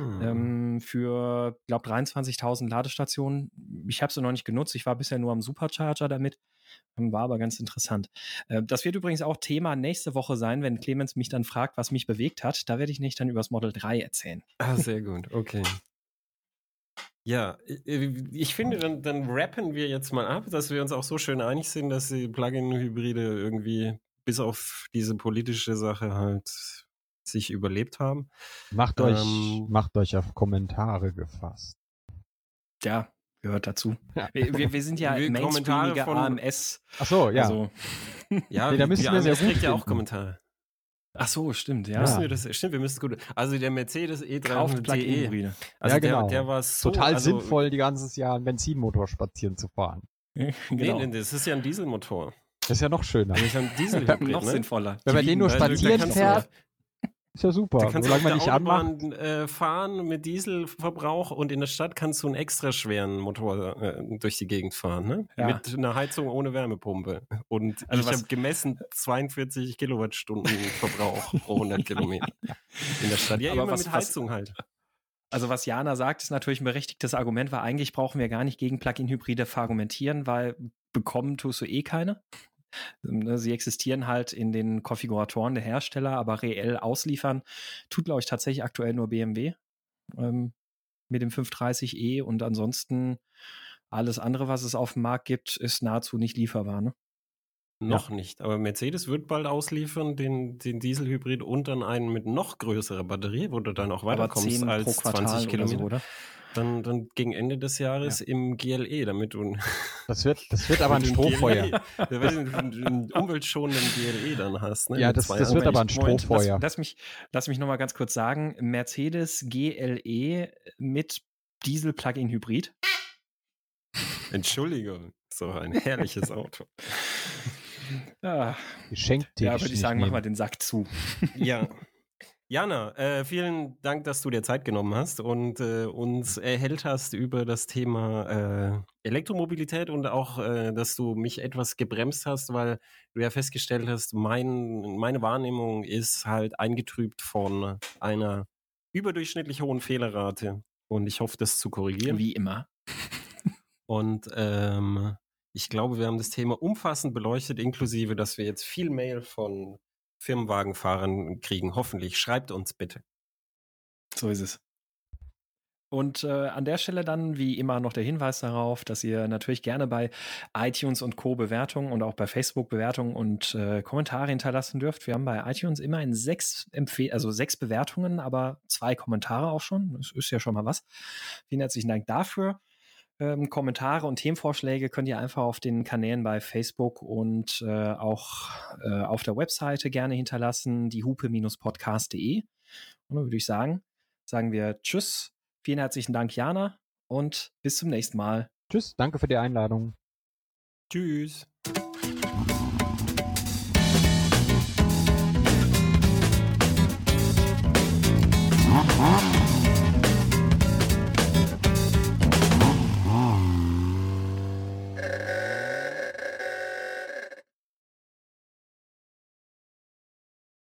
für, glaube 23.000 Ladestationen. Ich habe sie noch nicht genutzt, ich war bisher nur am Supercharger damit, war aber ganz interessant. Das wird übrigens auch Thema nächste Woche sein, wenn Clemens mich dann fragt, was mich bewegt hat. Da werde ich nicht dann über das Model 3 erzählen. Ah, sehr gut, okay. Ja, ich finde, dann rappen wir jetzt mal ab, dass wir uns auch so schön einig sind, dass die Plug-in-Hybride irgendwie bis auf diese politische Sache halt sich überlebt haben. Macht euch auf Kommentare gefasst. Ja, gehört dazu. Wir sind ja mainstreamige AMS. Ach so, ja. Also, ja, da müssen wir sehr gut kriegt ja auch Kommentare. Ach so, stimmt, ja. Müssen wir das, stimmt, wir müssen es gut. Also der Mercedes Kauft E300 Plug-in-Hybride. also Ja, genau. der war so Total sinnvoll, die ganzes Jahr einen Benzinmotor spazieren zu fahren. Genau. Nee, das ist ja ein Dieselmotor. Das ist ja noch schöner. Das ist ja ein Dieselhybrid, Noch ne? sinnvoller. Wenn man den nur Also, da spazieren kannst du- fährt, ist ja super. Du kannst auf Solange man der nicht anmacht. Autobahn fahren mit Dieselverbrauch und in der Stadt kannst du einen extra schweren Motor durch die Gegend fahren, ne? Ja. Mit einer Heizung ohne Wärmepumpe. Und Also ich was- habe gemessen 42 Kilowattstunden Verbrauch pro 100 Kilometer in der Stadt. Ja, Aber immer was- mit Heizung halt. Also was Jana sagt, ist natürlich ein berechtigtes Argument, weil eigentlich brauchen wir gar nicht gegen Plug-in-Hybride verargumentieren, weil bekommen tust du eh keine. Sie existieren halt in den Konfiguratoren der Hersteller, aber reell ausliefern tut, glaube ich, tatsächlich aktuell nur BMW mit dem 530e und ansonsten alles andere, was es auf dem Markt gibt, ist nahezu nicht lieferbar. Ne? Noch nicht, aber Mercedes wird bald ausliefern, den Dieselhybrid und dann einen mit noch größerer Batterie, wo du dann auch Aber weiterkommst 10 als pro Quartal 20 oder Kilometer. so, oder? Dann gegen Ende des Jahres im GLE, damit du Das wird aber ein mit dem Strohfeuer. GLE, da weißt du, einen umweltschonenden GLE dann hast. Ne? Ja, Mit das 2 wird Jahren. aber ein Strohfeuer. Lass mich noch mal ganz kurz sagen, Mercedes GLE mit Diesel Plug-in Hybrid. Entschuldigung, so ein herrliches Auto. Ja, Geschenkt dir. würde ich sagen, mach mal den Sack zu. Ja. Jana, vielen Dank, dass du dir Zeit genommen hast und uns erhellt hast über das Thema Elektromobilität und auch, dass du mich etwas gebremst hast, weil du ja festgestellt hast, meine Wahrnehmung ist halt eingetrübt von einer überdurchschnittlich hohen Fehlerrate und ich hoffe, das zu korrigieren. Wie immer. Und ich glaube, wir haben das Thema umfassend beleuchtet, inklusive, dass wir jetzt viel Mail von Firmenwagenfahrern kriegen. Hoffentlich. Schreibt uns bitte. So ist es. Und an der Stelle dann wie immer noch der Hinweis darauf, dass ihr natürlich gerne bei iTunes und Co. Bewertungen und auch bei Facebook Bewertungen und Kommentare hinterlassen dürft. Wir haben bei iTunes immerhin 6 Bewertungen, aber 2 Kommentare auch schon. Das ist ja schon mal was. Vielen herzlichen Dank dafür. Kommentare und Themenvorschläge könnt ihr einfach auf den Kanälen bei Facebook und auch auf der Webseite gerne hinterlassen, diehupe-podcast.de. Und dann würde ich sagen wir Tschüss. Vielen herzlichen Dank, Jana, und bis zum nächsten Mal. Tschüss, danke für die Einladung. Tschüss.